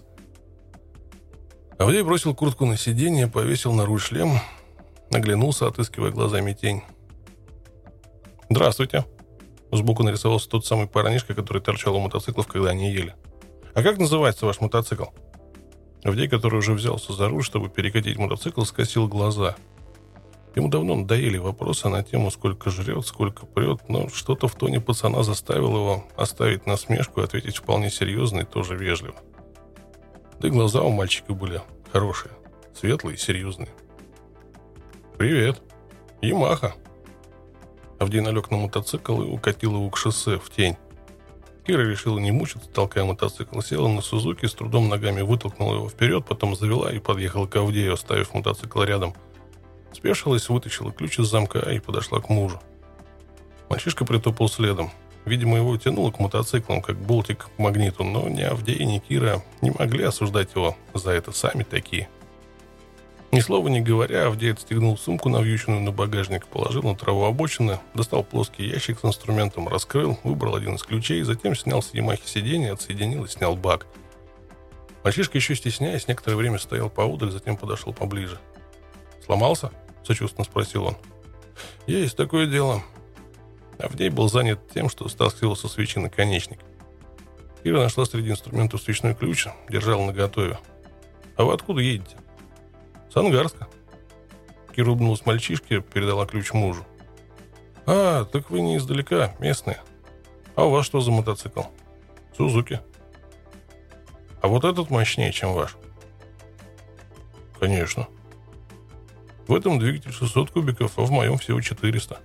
Авдей бросил куртку на сиденье, повесил на руль шлем, оглянулся, отыскивая глазами тень. «Здравствуйте!» Сбоку нарисовался тот самый парнишка, который торчал у мотоциклов, когда они ели. «А как называется ваш мотоцикл?» Авдей, который уже взялся за руль, чтобы перекатить мотоцикл, скосил глаза. Ему давно надоели вопросы на тему, сколько жрет, сколько прет, но что-то в тоне пацана заставило его оставить насмешку и ответить вполне серьезно и тоже вежливо. Да и глаза у мальчика были хорошие, светлые и серьезные. «Привет. Ямаха». Авдей налег на мотоцикл и укатил его к шоссе в тень. Кира решила не мучиться, толкая мотоцикл, села на Сузуки, с трудом ногами вытолкнула его вперед, потом завела и подъехала к Авдею, оставив мотоцикл рядом. Спешилась, вытащила ключ из замка и подошла к мужу. Мальчишка притопал следом. Видимо, его тянуло к мотоциклам, как болтик к магниту, но ни Авдей, ни Кира не могли осуждать его за это, сами такие. Ни слова не говоря, Авдей отстегнул сумку, навьюченную на багажник, положил на траву обочины, достал плоский ящик с инструментом, раскрыл, выбрал один из ключей, затем снял с Ямахи сиденье, отсоединил и снял бак. Мальчишка, еще стесняясь, некоторое время стоял поодаль, затем подошел поближе. «Сломался?» — сочувственно спросил он. «Есть такое дело». Авдей был занят тем, что стаскивал со свечи наконечник. Кира нашла среди инструментов свечной ключ, держала наготове. «А вы откуда едете?» «С Ангарска». Кира улыбнулась мальчишке, передала ключ мужу. «А, так вы не издалека, местные. А у вас что за мотоцикл?» «Сузуки». «А вот этот мощнее, чем ваш?» «Конечно. В этом двигатель 600 кубиков, а в моем всего 400.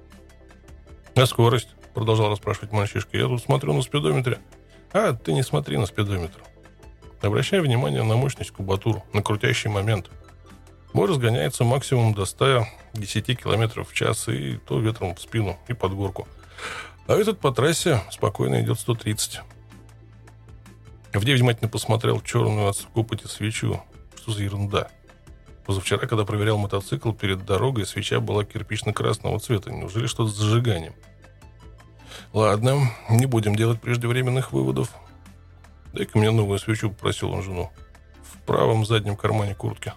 «А скорость?» — продолжал расспрашивать мальчишка. «Я тут смотрю на спидометре». «А, ты не смотри на спидометр. Обращай внимание на мощность кубатур, на крутящий момент. Мой разгоняется максимум до 110 км в час, и то ветром в спину и под горку. А этот по трассе спокойно идет 130. Авдей внимательно посмотрел в черную от копоти свечу. Что за ерунда? Позавчера, когда проверял мотоцикл перед дорогой, свеча была кирпично-красного цвета. Неужели что-то с зажиганием? «Ладно, не будем делать преждевременных выводов. Дай-ка мне новую свечу», — попросил он жену. «В правом заднем кармане куртки».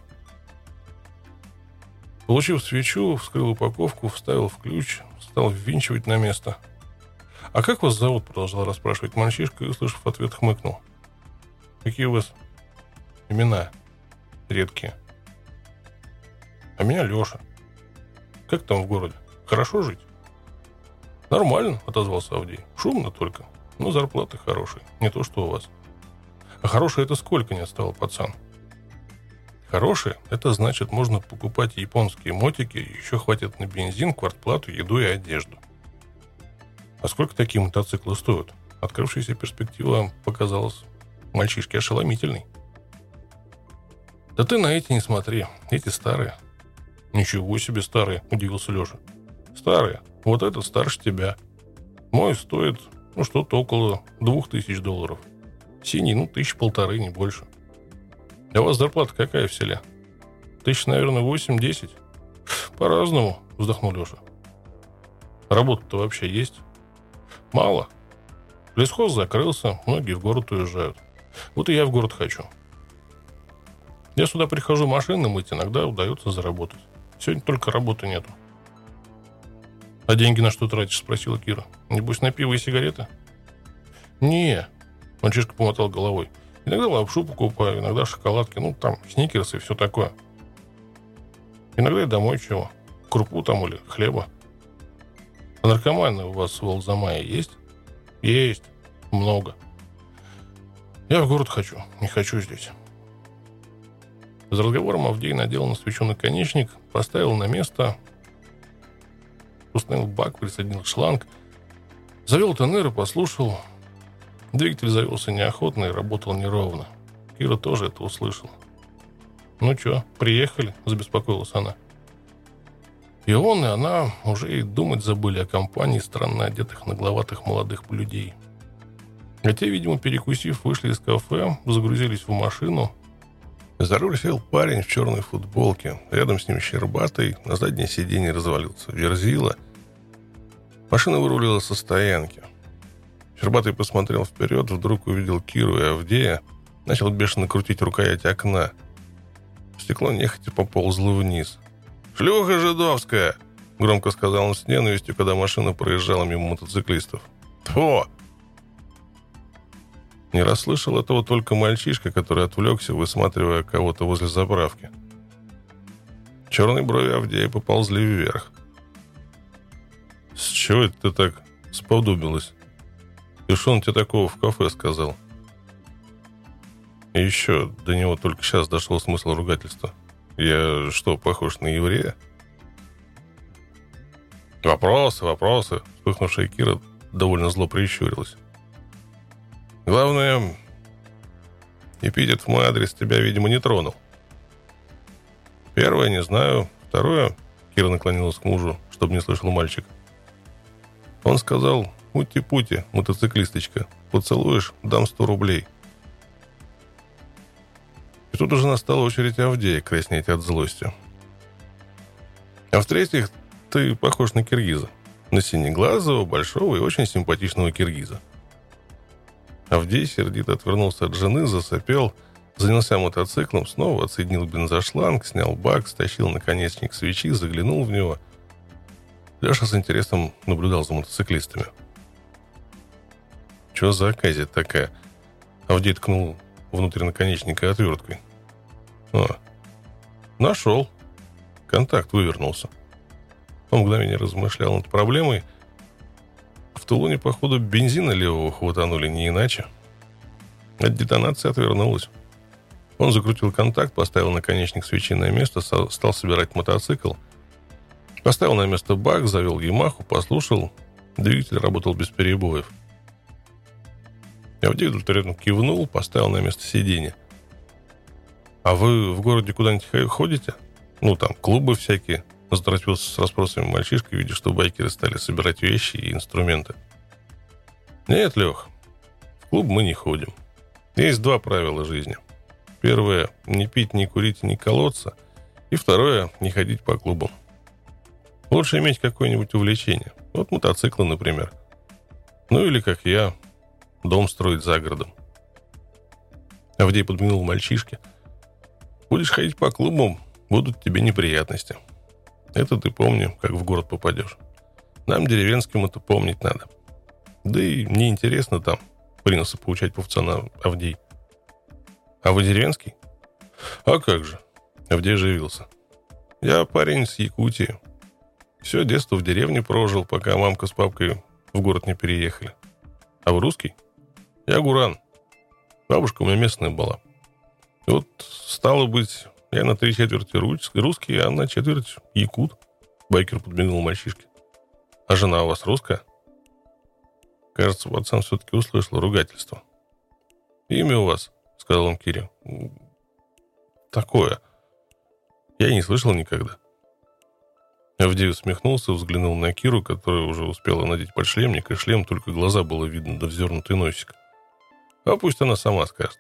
Получив свечу, вскрыл упаковку, вставил в ключ, стал ввинчивать на место. «А как вас зовут?» — продолжал расспрашивать мальчишка и, услышав ответ, хмыкнул. «Какие у вас имена редкие?» «А меня Леша. Как там в городе? Хорошо жить?» «Нормально», — отозвался Авдей. «Шумно только, но зарплаты хорошие, не то что у вас». «А хорошие это сколько?» — не отстал пацан. «Хорошие — это значит, можно покупать японские мотики, и еще хватит на бензин, квартплату, еду и одежду». «А сколько такие мотоциклы стоят?» Открывшаяся перспектива показалась мальчишке ошеломительной. «Да ты на эти не смотри, эти старые». «Ничего себе старые», — удивился Леша. «Старые. Вот этот старше тебя. Мой стоит, что-то около $2000. Синий, 1500, не больше. А у вас зарплата какая в селе? 1000, наверное, 8-10? По-разному», — вздохнул Леша. «Работа-то вообще есть?» «Мало. Лесхоз закрылся, многие в город уезжают. Вот и я в город хочу. Я сюда прихожу машины мыть, иногда удается заработать. Сегодня только работы нету». «А деньги на что тратишь?» — спросила Кира. «Небось, на пиво и сигареты?» «Не», — мальчишка помотал головой. «Иногда лапшу покупаю, иногда шоколадки, там сникерсы и все такое. Иногда и домой чего. Крупу там или хлеба. А наркоманы у вас в Алзамае есть? Есть. Много. Я в город хочу. Не хочу здесь. За разговором Авдей надел на свечу наконечник, поставил на место, установил бак, присоединил шланг, завел ТНР и послушал. Двигатель завелся неохотно и работал неровно. Кира тоже это услышала. «Ну что, приехали?» – забеспокоилась она. И он, и она уже и думать забыли о компании странно одетых нагловатых молодых людей. А те, видимо, перекусив, вышли из кафе, загрузились в машину. За руль сел парень в черной футболке. Рядом с ним щербатый, на заднее сиденье развалился Верзила. Машина вырулила со стоянки. Щербатый посмотрел вперед, вдруг увидел Киру и Авдея, начал бешено крутить рукоять окна. Стекло нехотя поползло вниз. «Шлюха жидовская!» — громко сказал он с ненавистью, когда машина проезжала мимо мотоциклистов. «Тьфу!» Не расслышал этого только мальчишка, который отвлекся, высматривая кого-то возле заправки. Черные брови Авдея поползли вверх. «С чего это ты так сподобилась? И что он тебе такого в кафе сказал?» И еще до него только сейчас дошел смысл ругательства. «Я что, похож на еврея?» «Вопросы!» Вспыхнувшая Кира довольно зло прищурилась. «Главное, эпитет в мой адрес тебя, видимо, не тронул. Первое, не знаю. Второе...» Кира наклонилась к мужу, чтобы не слышал мальчик. Он сказал: «Ути-пути, мотоциклисточка, поцелуешь, дам 100 рублей». И тут уже настала очередь Авдея краснеть от злости. А в-третьих, ты похож на киргиза. На синеглазого, большого и очень симпатичного киргиза. Авдей сердито отвернулся от жены, засопел, занялся мотоциклом, снова отсоединил бензошланг, снял бак, стащил наконечник свечи, заглянул в него. Леша с интересом наблюдал за мотоциклистами. «Чего за оказия такая?» Авдей ткнул внутрь наконечника отверткой. Нашел. Контакт вывернулся. Он мгновение размышлял над проблемой. В Тулуне, походу, бензина левого хватанули, не иначе. От детонации отвернулась. Он закрутил контакт, поставил наконечник свечи на место, стал собирать мотоцикл. Поставил на место бак, завел Ямаху, послушал. Двигатель работал без перебоев. Авдей удовлетворенно кивнул, поставил на место сиденье. «А вы в городе куда-нибудь ходите? Ну, там, клубы всякие?» Заторопился с расспросами мальчишка, видя, что байкеры стали собирать вещи и инструменты. «Нет, Лех, в клуб мы не ходим. Есть 2 правила жизни. Первое – не пить, не курить, не колоться. И второе – не ходить по клубам. Лучше иметь какое-нибудь увлечение. Вот мотоциклы, например. Ну или, как я, дом строить за городом». Авдей подмигнул мальчишке. «Будешь ходить по клубам, будут тебе неприятности. Это ты помни, как в город попадешь. Нам, деревенским, это помнить надо. Да и неинтересно там», — принялся поучать пацана Авдей. «А вы деревенский?» «А как же?» — Авдей оживился. «Я парень с Якутии. Все детство в деревне прожил, пока мамка с папкой в город не переехали. А вы русский?» «Я гуран. Бабушка у меня местная была. И вот, стало быть, я на 3/4 русский, а на четверть якут», — байкер подмигнул мальчишке. «А жена у вас русская?» Кажется, пацан все-таки услышал ругательство. «Имя у вас?» — сказал он Кире. «Такое. Я и не слышал никогда». Авдей усмехнулся, взглянул на Киру, которая уже успела надеть подшлемник, и шлем, только глаза было видно, да вздернутый носик. А пусть она сама скажет.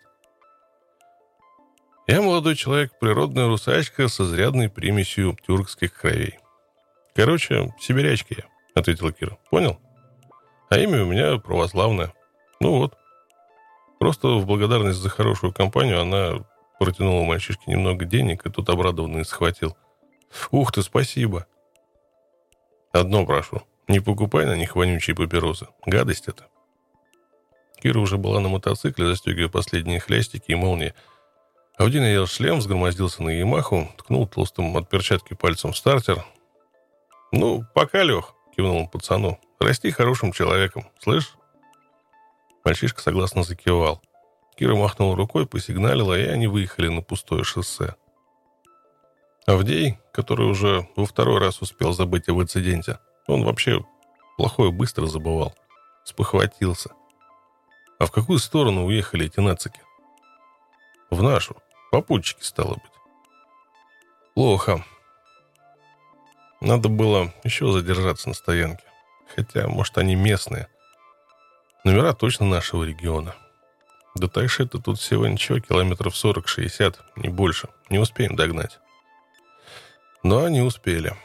«Я молодой человек, природная русачка с изрядной примесью тюркских кровей. Короче, сибирячка я», — ответила Кира. «Понял? А имя у меня православное. Ну вот». Просто в благодарность за хорошую компанию она протянула мальчишке немного денег, и тот обрадованно схватил. «Ух ты, спасибо!» «Одно прошу, не покупай на них вонючие папиросы. Гадость это». Кира уже была на мотоцикле, застегивая последние хлястики и молнии. Авдей надел шлем, взгромоздился на Ямаху, ткнул толстым от перчатки пальцем в стартер. «Ну, пока, Лех», — кивнул он пацану. «Расти хорошим человеком, слышь?» Мальчишка согласно закивал. Кира махнула рукой, посигналила, и они выехали на пустое шоссе. Авдей, который уже во второй раз успел забыть об инциденте, он вообще плохое быстро забывал, спохватился. А в какую сторону уехали эти нацики? В нашу. Попутчики, стало быть. Плохо. Надо было еще задержаться на стоянке. Хотя, может, они местные. Номера точно нашего региона. До Тайшета тут всего ничего, километров 40-60, не больше. Не успеем догнать. Но они успели.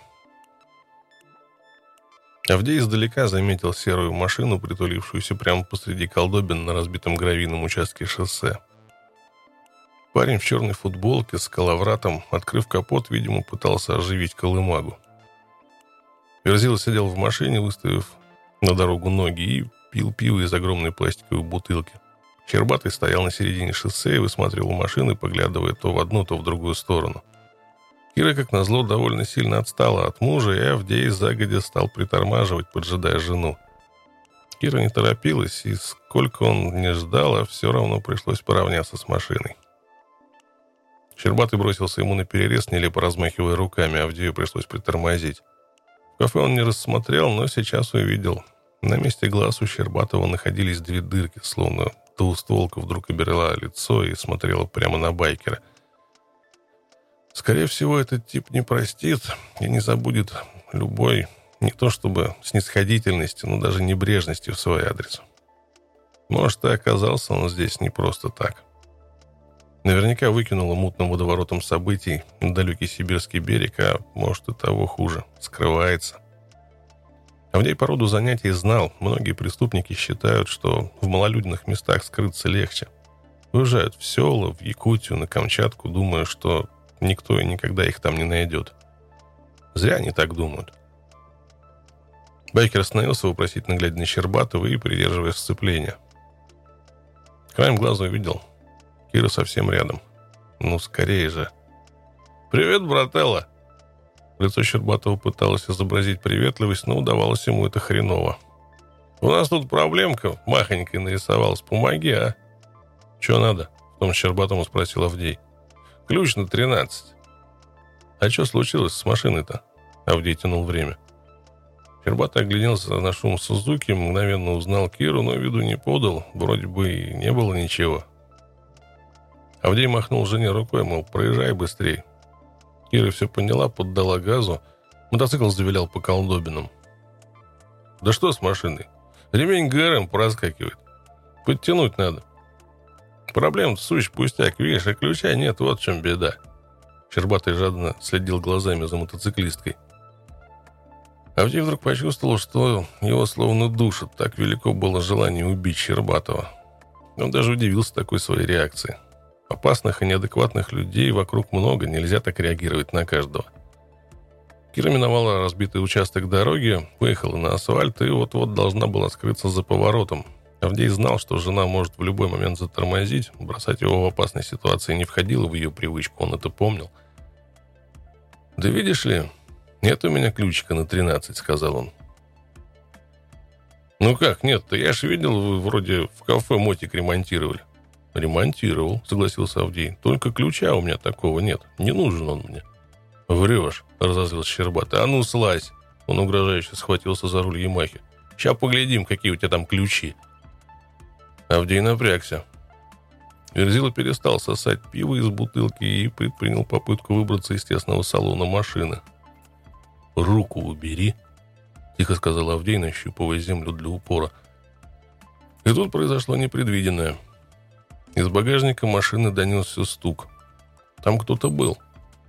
Авдей издалека заметил серую машину, притулившуюся прямо посреди колдобин на разбитом гравийном участке шоссе. Парень в черной футболке с коловратом, открыв капот, видимо, пытался оживить колымагу. Верзила сидел в машине, выставив на дорогу ноги, и пил пиво из огромной пластиковой бутылки. Щербатый стоял на середине шоссе и высматривал машины, поглядывая то в одну, то в другую сторону. Кира, как назло, довольно сильно отстала от мужа, и Авдей загодя стал притормаживать, поджидая жену. Кира не торопилась, и сколько он не ждал, а все равно пришлось поравняться с машиной. Щербатый бросился ему на перерез, нелепо размахивая руками, Авдею пришлось притормозить. В кафе он не рассмотрел, но сейчас увидел. На месте глаз у Щербатова находились две дырки, словно двустволка вдруг оберла лицо и смотрела прямо на байкера. Скорее всего, этот тип не простит и не забудет любой, не то чтобы снисходительности, но даже небрежности в свой адрес. Может, и оказался он здесь не просто так. Наверняка выкинуло мутным водоворотом событий на далекий сибирский берег, а может и того хуже, скрывается. Авдей по роду занятий знал, многие преступники считают, что в малолюдных местах скрыться легче. Уезжают в села, в Якутию, на Камчатку, думая, что никто и никогда их там не найдет. Зря они так думают. Байкер остановился, вопросительно глядя на Щербатова и придерживая сцепление. Краем глаза увидел Кира совсем рядом. Ну, скорее же. «Привет, брателло!» Лицо Щербатова пыталось изобразить приветливость, но удавалось ему это хреново. «У нас тут проблемка махонькая нарисовалась. Помоги, а?» «Че надо?» — в том Щербатому спросил Авдей. «Ключ на 13. «А что случилось с машиной-то?» Авдей тянул время. Щербатый огляделся на шум Сузуки, мгновенно узнал Киру, но виду не подал. Вроде бы и не было ничего. Авдей махнул жене рукой, мол, проезжай быстрей. Кира все поняла, поддала газу. Мотоцикл завилял по колдобинам. «Да что с машиной? Ремень ГРМ проскакивает. Подтянуть надо. Проблема-то сущий пустяк, видишь, а ключа нет, вот в чем беда». Щербатый жадно следил глазами за мотоциклисткой. Авдей вдруг почувствовал, что его словно душит. Так велико было желание убить Щербатова. Он даже удивился такой своей реакции. Опасных и неадекватных людей вокруг много, нельзя так реагировать на каждого. Кира миновала разбитый участок дороги, выехала на асфальт и вот-вот должна была скрыться за поворотом. Авдей знал, что жена может в любой момент затормозить, бросать его в опасной ситуации не входило в ее привычку, он это помнил. «Да видишь ли, нет у меня ключика на 13», — сказал он. «Ну как нет-то? Я ж видел, вы вроде в кафе мотик ремонтировали». «Ремонтировал», — согласился Авдей. «Только ключа у меня такого нет. Не нужен он мне». «Врешь», — разозлился Щербатый. «А ну, слазь!» Он угрожающе схватился за руль Ямахи. «Ща поглядим, какие у тебя там ключи». Авдей напрягся. Верзила перестал сосать пиво из бутылки и предпринял попытку выбраться из тесного салона машины. «Руку убери», — тихо сказал Авдей, нащупывая землю для упора. И тут произошло непредвиденное. Из багажника машины донесся стук. Там кто-то был.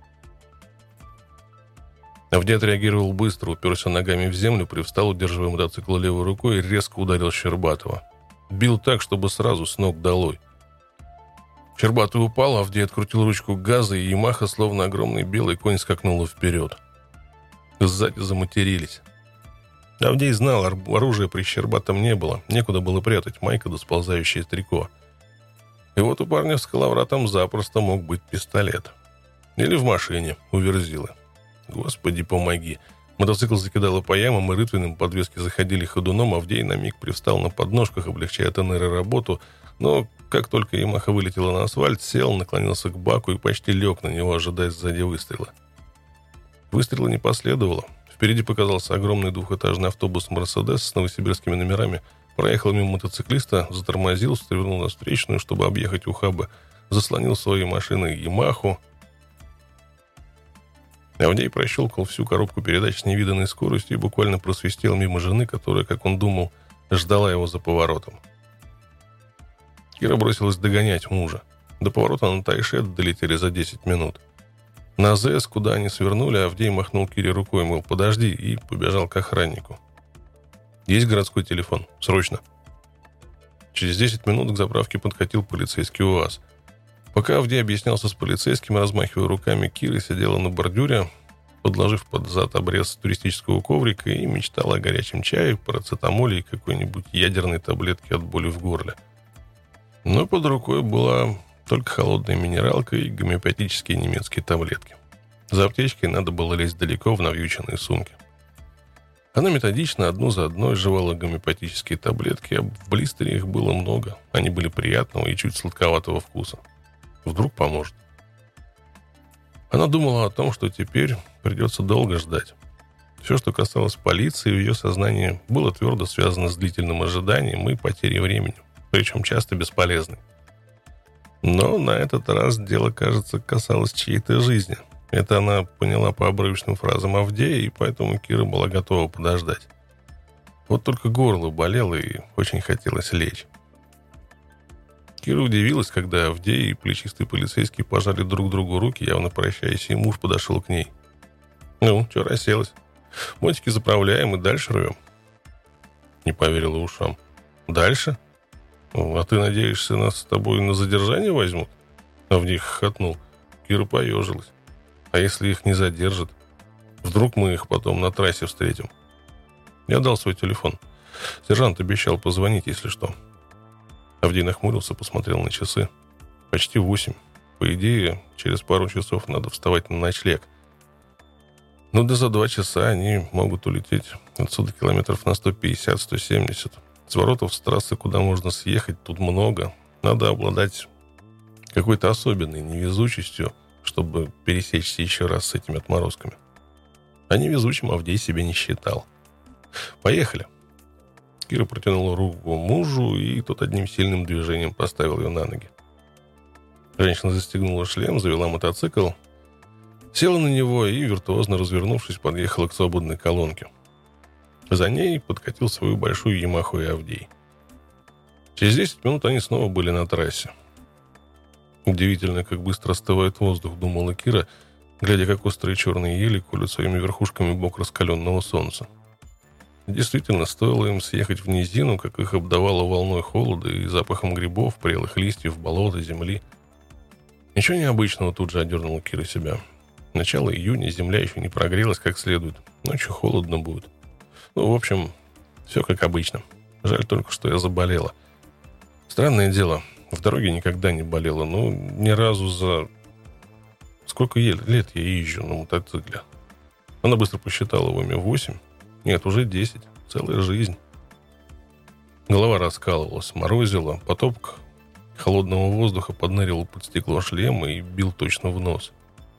Авдей отреагировал быстро, уперся ногами в землю, привстал, удерживая мотоцикл левой рукой, и резко ударил Щербатова. Бил так, чтобы сразу с ног долой. Щербатый упал, Авдей открутил ручку газа, и Ямаха, словно огромный белый конь, скакнула вперед. Сзади заматерились. Авдей знал, оружия при Щербатом не было, некуда было прятать, майка да сползающее трико. И вот у парня с коловратом запросто мог быть пистолет. Или в машине у Верзилы. Господи, помоги. Мотоцикл закидало по ямам и рытвинам, подвески заходили ходуном, Авдей на миг привстал на подножках, облегчая ТНР работу, но как только Ямаха вылетела на асфальт, сел, наклонился к баку и почти лег на него, ожидая сзади выстрела. Выстрела не последовало. Впереди показался огромный двухэтажный автобус «Мерседес» с новосибирскими номерами, проехал мимо мотоциклиста, затормозил, свернул на встречную, чтобы объехать ухабы, заслонил своей машиной «Ямаху». Авдей прощелкал всю коробку передач с невиданной скоростью и буквально просвистел мимо жены, которая, как он думал, ждала его за поворотом. Кира бросилась догонять мужа. До поворота на Тайшет долетели за 10 минут. На АЗС, куда они свернули, Авдей махнул Кире рукой, мол, подожди, и побежал к охраннику. «Есть городской телефон? Срочно!» Через 10 минут к заправке подкатил полицейский УАЗ. Пока Авдей объяснялся с полицейским, размахивая руками, Кира сидела на бордюре, подложив под зад обрез туристического коврика и мечтала о горячем чае, парацетамоле и какой-нибудь ядерной таблетке от боли в горле. Но под рукой была только холодная минералка и гомеопатические немецкие таблетки. За аптечкой надо было лезть далеко в навьюченные сумки. Она методично одну за одной жевала гомеопатические таблетки, а в блистере их было много. Они были приятного и чуть сладковатого вкуса. Вдруг поможет. Она думала о том, что теперь придется долго ждать. Все, что касалось полиции, в ее сознании было твердо связано с длительным ожиданием и потерей времени, причем часто бесполезной. Но на этот раз дело, кажется, касалось чьей-то жизни. Это она поняла по обрывочным фразам Авдея, и поэтому Кира была готова подождать. Вот только горло болело и очень хотелось лечь. Кира удивилась, когда Авдей и плечистый полицейский пожали друг другу руки, явно прощаясь, и муж подошел к ней. «Ну, что расселась? Мотики заправляем и дальше рвем». Не поверила ушам. «Дальше? А ты надеешься, нас с тобой на задержание возьмут?» Авдей хохотнул. Кира поежилась. «А если их не задержат? Вдруг мы их потом на трассе встретим?» Я дал свой телефон. Сержант обещал позвонить, если что. Авдей нахмурился, посмотрел на часы. Почти 8. По идее, через пару часов надо вставать на ночлег. Но да за 2 часа они могут улететь отсюда километров на 150-170. С воротов с трассы, куда можно съехать, тут много. Надо обладать какой-то особенной невезучестью, чтобы пересечься еще раз с этими отморозками. А невезучим Авдей себя не считал. «Поехали!» Кира протянула руку мужу, и тот одним сильным движением поставил ее на ноги. Женщина застегнула шлем, завела мотоцикл, села на него и, виртуозно развернувшись, подъехала к свободной колонке. За ней подкатил свою большую Ямаху и Авдей. Через 10 минут они снова были на трассе. Удивительно, как быстро остывает воздух, думала Кира, глядя, как острые черные ели колют своими верхушками бок раскаленного солнца. Действительно, стоило им съехать в низину, как их обдавало волной холода и запахом грибов, прелых листьев, болота, земли. Ничего необычного, тут же одернула Кира себя. Начало июня, земля еще не прогрелась как следует. Ночью холодно будет. Ну, в общем, все как обычно. Жаль только, что я заболела. Странное дело, в дороге никогда не болела. Ну, ни разу за... Сколько лет я езжу на мотоцикле? Она быстро посчитала в уме 8. Нет, уже 10. Целая жизнь. Голова раскалывалась, морозила, поток холодного воздуха поднырил под стекло шлема и бил точно в нос.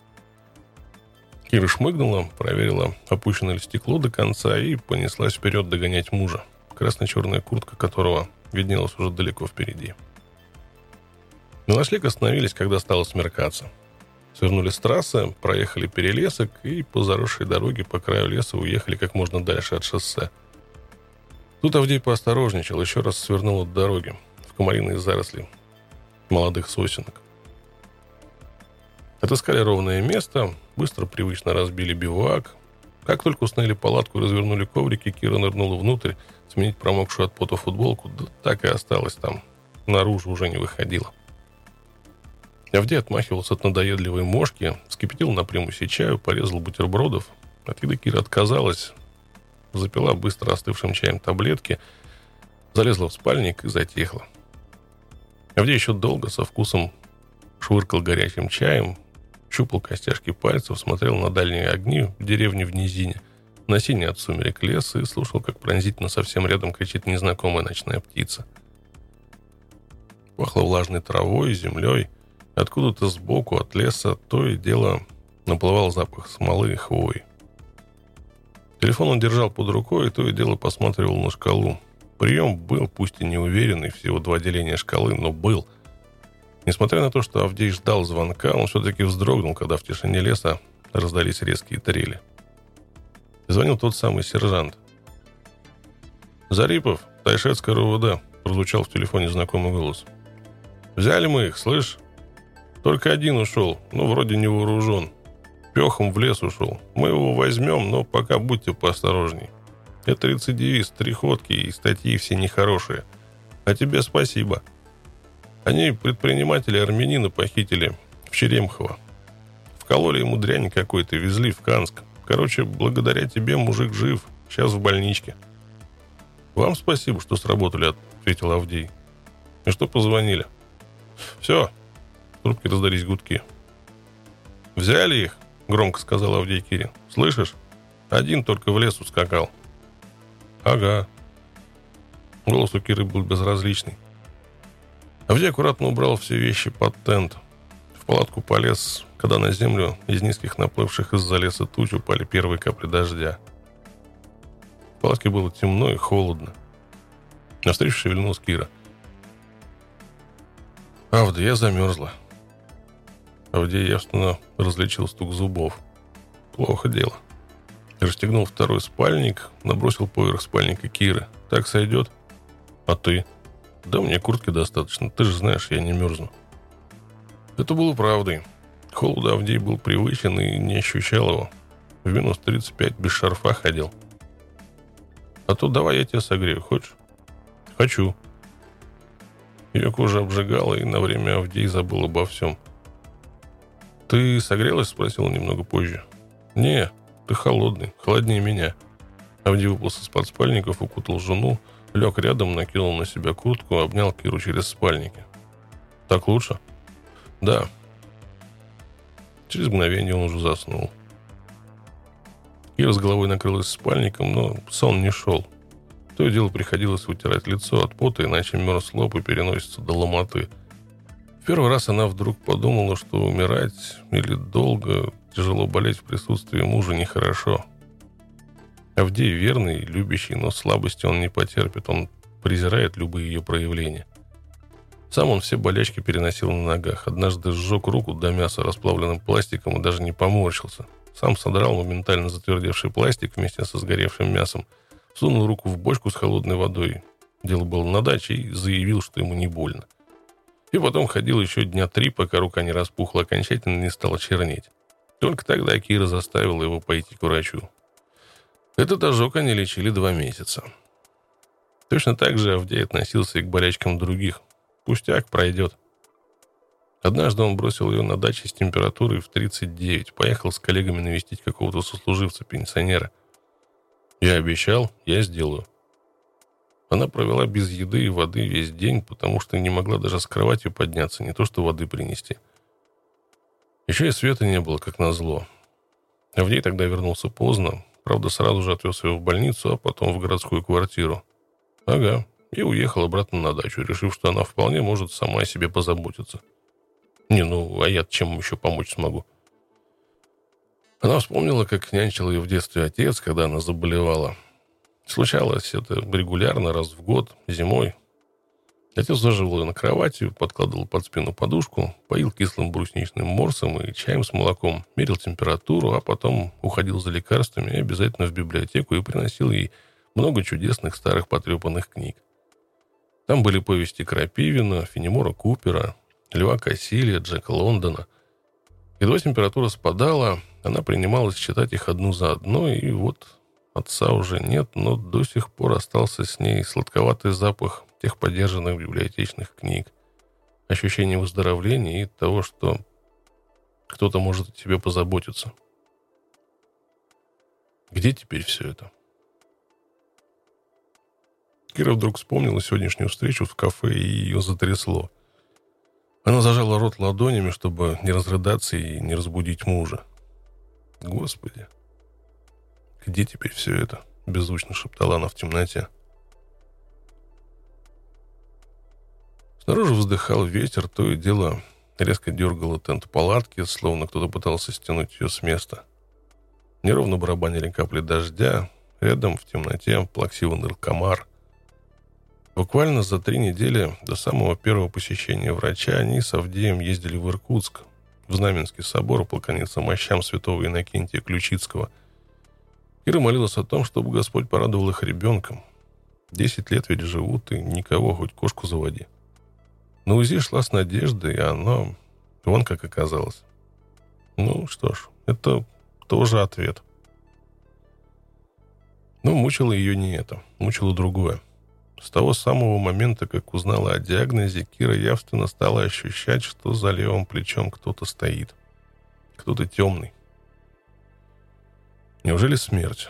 Кира шмыгнула, проверила, опущено ли стекло до конца, и понеслась вперед догонять мужа, красно-черная куртка которого виднелась уже далеко впереди. На ночлег остановились, когда стало смеркаться. Свернули с трассы, проехали перелесок и по заросшей дороге по краю леса уехали как можно дальше от шоссе. Тут Авдей поосторожничал, еще раз свернул от дороги в комариные заросли молодых сосенок. Отыскали ровное место, быстро, привычно разбили бивуак. Как только установили палатку и развернули коврики, Кира нырнула внутрь, сменить промокшую от пота футболку, да так и осталась там, наружу уже не выходила. Авдей отмахивался от надоедливой мошки, вскипятил на примусе чаю, порезал бутербродов. От еды Кира отказалась, запила быстро остывшим чаем таблетки, залезла в спальник и затихла. Авдей еще долго со вкусом швыркал горячим чаем, щупал костяшки пальцев, смотрел на дальние огни в деревне в низине, на синий от сумерек лес и слушал, как пронзительно совсем рядом кричит незнакомая ночная птица. Пахло влажной травой, землей. Откуда-то сбоку от леса то и дело наплывал запах смолы и хвои. Телефон он держал под рукой и то и дело посматривал на шкалу. Прием был, пусть и неуверенный, всего 2 деления шкалы, но был. Несмотря на то, что Авдей ждал звонка, он все-таки вздрогнул, когда в тишине леса раздались резкие трели. Звонил тот самый сержант. «Зарипов, Тайшетская РУВД», — прозвучал в телефоне знакомый голос. «Взяли мы их, слышь? Только один ушел, но вроде не вооружен. Пехом в лес ушел. Мы его возьмем, но пока будьте поосторожней. Это рецидивист, 3 ходки и статьи все нехорошие. А тебе спасибо. Они предприниматели-армянина похитили в Черемхово. Вкололи ему дрянь какой-то, везли в Канск. Короче, благодаря тебе мужик жив, сейчас в больничке». «Вам спасибо, что сработали», — ответил Авдей. «И что позвонили?» «Все», — в трубке раздались гудки. «Взяли их», — громко сказал Авдей Кире. «Слышишь? Один только в лес ускакал». «Ага». Голос у Киры был безразличный. Авдей аккуратно убрал все вещи под тент. В палатку полез, когда на землю из низких наплывших из-за леса туч упали первые капли дождя. В палатке было темно и холодно. Навстречу шевельнулась Кира. «Авда, я замерзла». Авдей явственно различил стук зубов. Плохо дело. Расстегнул второй спальник, набросил поверх спальника Киры. «Так сойдет?» «А ты?» «Да мне куртки достаточно. Ты же знаешь, я не мерзну». Это было правдой. Холода Авдей был привычен и не ощущал его. В минус 35 без шарфа ходил. «А то давай я тебя согрею. Хочешь?» «Хочу». Ее кожа обжигала, и на время Авдей забыл обо всем. «Ты согрелась?» — спросил он немного позже. «Не, ты холодный, холоднее меня». Авдей выполз из-под спальников, укутал жену, лег рядом, накинул на себя куртку, обнял Киру через спальники. «Так лучше?» «Да». Через мгновение он уже заснул. Кира с головой накрылась спальником, но сон не шел. То и дело приходилось вытирать лицо от пота, иначе мерз лоб и переносится до ломоты. В первый раз она вдруг подумала, что умирать или долго тяжело болеть в присутствии мужа нехорошо. Авдей верный, любящий, но слабости он не потерпит, он презирает любые ее проявления. Сам он все болячки переносил на ногах. Однажды сжег руку до мяса расплавленным пластиком и даже не поморщился. Сам содрал моментально затвердевший пластик вместе со сгоревшим мясом, сунул руку в бочку с холодной водой. Дело было на даче, и заявил, что ему не больно. И потом ходил еще 3 дня, пока рука не распухла, окончательно не стала чернеть. Только тогда Кира заставила его пойти к врачу. Этот ожог они лечили 2 месяца. Точно так же Авдей относился и к болячкам других. Пустяк, пройдет. Однажды он бросил ее на даче с температурой в 39. Поехал с коллегами навестить какого-то сослуживца-пенсионера. Я обещал, я сделаю. Она провела без еды и воды весь день, потому что не могла даже с кровати подняться, не то что воды принести. Еще и света не было, как назло. Авдей тогда вернулся поздно. Правда, сразу же отвез ее в больницу, а потом в городскую квартиру. Ага, и уехал обратно на дачу, решив, что она вполне может сама о себе позаботиться. Не, ну, а я чем еще помочь смогу? Она вспомнила, как нянчил ее в детстве отец, когда она заболевала. Случалось это регулярно, раз в год, зимой. Отец заживал ее на кровати, подкладывал под спину подушку, поил кислым брусничным морсом и чаем с молоком, мерил температуру, а потом уходил за лекарствами и обязательно в библиотеку и приносил ей много чудесных старых потрепанных книг. Там были повести Крапивина, Фенемора Купера, Льва Кассилия, Джека Лондона. Едва температура спадала, она принималась читать их одну за одной, и вот отца уже нет, но до сих пор остался с ней сладковатый запах тех подержанных библиотечных книг, ощущение выздоровления и того, что кто-то может о тебе позаботиться. Где теперь все это? Кира вдруг вспомнила сегодняшнюю встречу в кафе, и ее затрясло. Она зажала рот ладонями, чтобы не разрыдаться и не разбудить мужа. «Господи, где теперь все это?» — беззвучно шептала она в темноте. Снаружи вздыхал ветер, то и дело резко дергало тент палатки, словно кто-то пытался стянуть ее с места. Неровно барабанили капли дождя, рядом в темноте плаксиво ныл комар. Буквально за 3 недели до самого первого посещения врача они с Авдеем ездили в Иркутск, в Знаменский собор, поклониться мощам святого Иннокентия Ключицкого. Кира молилась о том, чтобы Господь порадовал их ребенком. 10 лет ведь живут, и никого, хоть кошку заводи. На УЗИ шла с надеждой, и оно вон как оказалось. Ну что ж, это тоже ответ. Но мучило ее не это, мучило другое. С того самого момента, как узнала о диагнозе, Кира явственно стала ощущать, что за левым плечом кто-то стоит. Кто-то темный. Неужели смерть?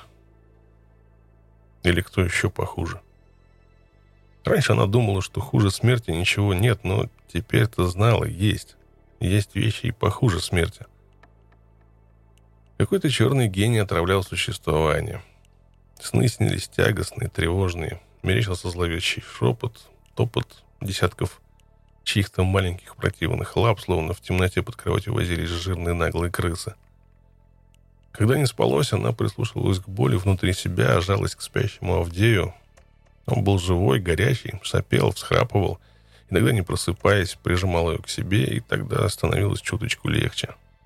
Или кто еще похуже? Раньше она думала, что хуже смерти ничего нет, но теперь-то знала, есть. Есть вещи и похуже смерти. Какой-то черный гений отравлял существование. Сны снились тягостные, тревожные. Мерещился зловещий шепот, топот десятков чьих-то маленьких противных лап, словно в темноте под кроватью возились жирные наглые крысы. Когда не спалось, она прислушивалась к боли внутри себя, жалась к спящему Авдею. Он был живой, горячий, сопел, всхрапывал, иногда не просыпаясь, прижимал ее к себе, и тогда становилось чуточку легче.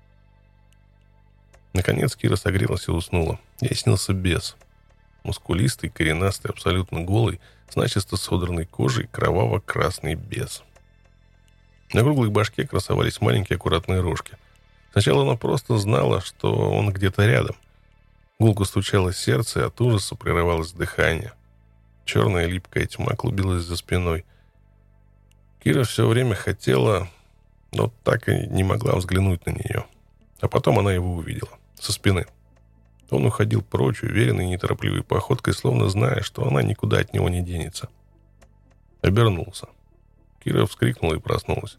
Наконец Кира согрелась и уснула. Ей снился бес. Мускулистый, коренастый, абсолютно голый, с начисто содранной кожей, кроваво-красный бес. На круглой башке красовались маленькие аккуратные рожки. Сначала она просто знала, что он где-то рядом. Гулко стучало сердце, и от ужаса прерывалось дыхание. Черная липкая тьма клубилась за спиной. Кира все время хотела, но так и не могла взглянуть на нее. А потом она его увидела. Со спины. Он уходил прочь, уверенной, неторопливой походкой, словно зная, что она никуда от него не денется. Обернулся. Кира вскрикнула и проснулась.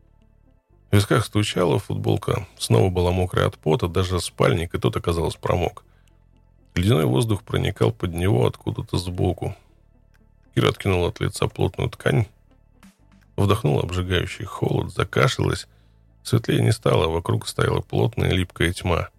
В висках стучала, футболка снова была мокрая от пота, даже спальник и тот, оказалось, промок. Ледяной воздух проникал под него откуда-то сбоку. Кира откинула от лица плотную ткань, вдохнула обжигающий холод, закашлялась. Светлее не стало, вокруг стояла плотная липкая тьма.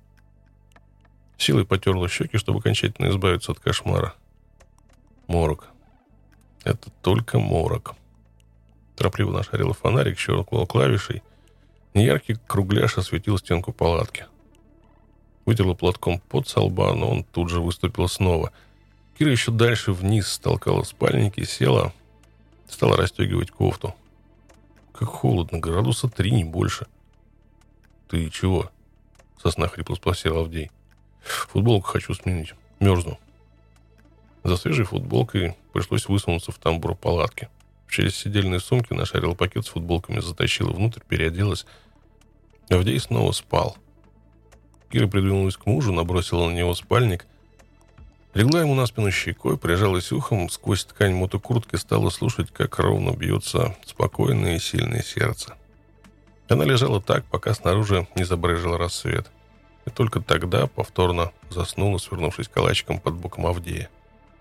Силой потерла щеки, чтобы окончательно избавиться от кошмара. Морок. Это только морок. Торопливо нашарила фонарик, щелкнула клавишей. Неяркий кругляш осветил стенку палатки. Вытерла платком пот со лба, но он тут же выступил снова. Кира еще дальше вниз столкала спальники, села, стала расстегивать кофту. Как холодно, градуса 3, не больше. «Ты чего?» — со сна хрипло спросил Авдей. «Футболку хочу сменить. Мерзну». За свежей футболкой пришлось высунуться в тамбур палатки. Через сидельные сумки нашарила пакет с футболками, затащила внутрь, переоделась. Авдей снова спал. Кира придвинулась к мужу, набросила на него спальник, легла ему на спину щекой, прижалась ухом, сквозь ткань мотокуртки стала слушать, как ровно бьется спокойное и сильное сердце. Она лежала так, пока снаружи не забрежил рассвет. И только тогда повторно заснула, свернувшись калачиком под боком Авдея.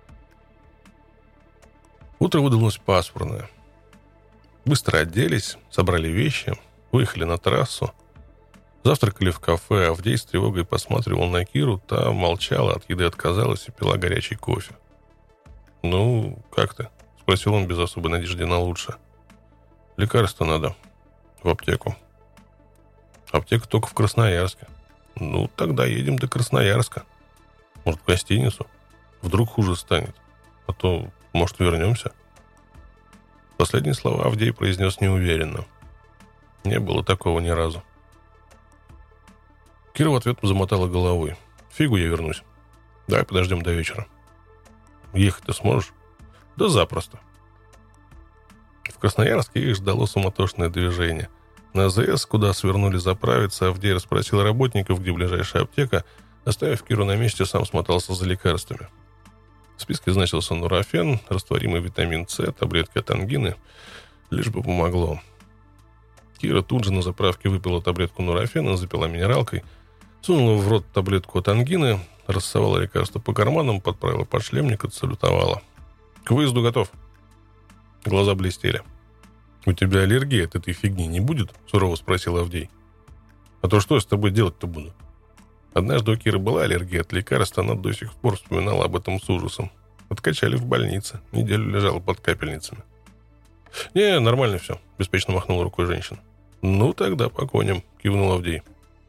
Утро выдалось пасмурное. Быстро оделись, собрали вещи, выехали на трассу. Завтракали в кафе, Авдей с тревогой посматривал на Киру, та молчала, от еды отказалась и пила горячий кофе. «Ну, как ты?» — спросил он без особой надежды на лучшее. «Лекарство надо. В аптеку». «Аптека только в Красноярске». «Ну, тогда едем до Красноярска. Может, в гостиницу? Вдруг хуже станет. А то, может, вернемся?» Последние слова Авдей произнес неуверенно. Не было такого ни разу. Кира в ответ замотала головой. «Фигу я вернусь. Давай подождем до вечера». «Ехать ты сможешь?» «Да запросто». В Красноярске их ждало суматошное движение. На АЗС, куда свернули заправиться, Авдей расспросил работников, где ближайшая аптека. Оставив Киру на месте, сам смотался за лекарствами. В списке значился нурофен, растворимый витамин С, таблетки от ангины. Лишь бы помогло. Кира тут же на заправке выпила таблетку нурофена, запила минералкой, сунула в рот таблетку от ангины, рассовала лекарство по карманам, подправила подшлемник, отсалютовала. «К выезду готов». Глаза блестели. «У тебя аллергия от этой фигни не будет?» — сурово спросил Авдей. «А то что я с тобой делать-то буду?» Однажды у Киры была аллергия от лекарств, она до сих пор вспоминала об этом с ужасом. Откачали в больнице, неделю лежала под капельницами. «Не, нормально все», — беспечно махнула рукой женщина. «Ну, тогда по коням», — кивнул Авдей.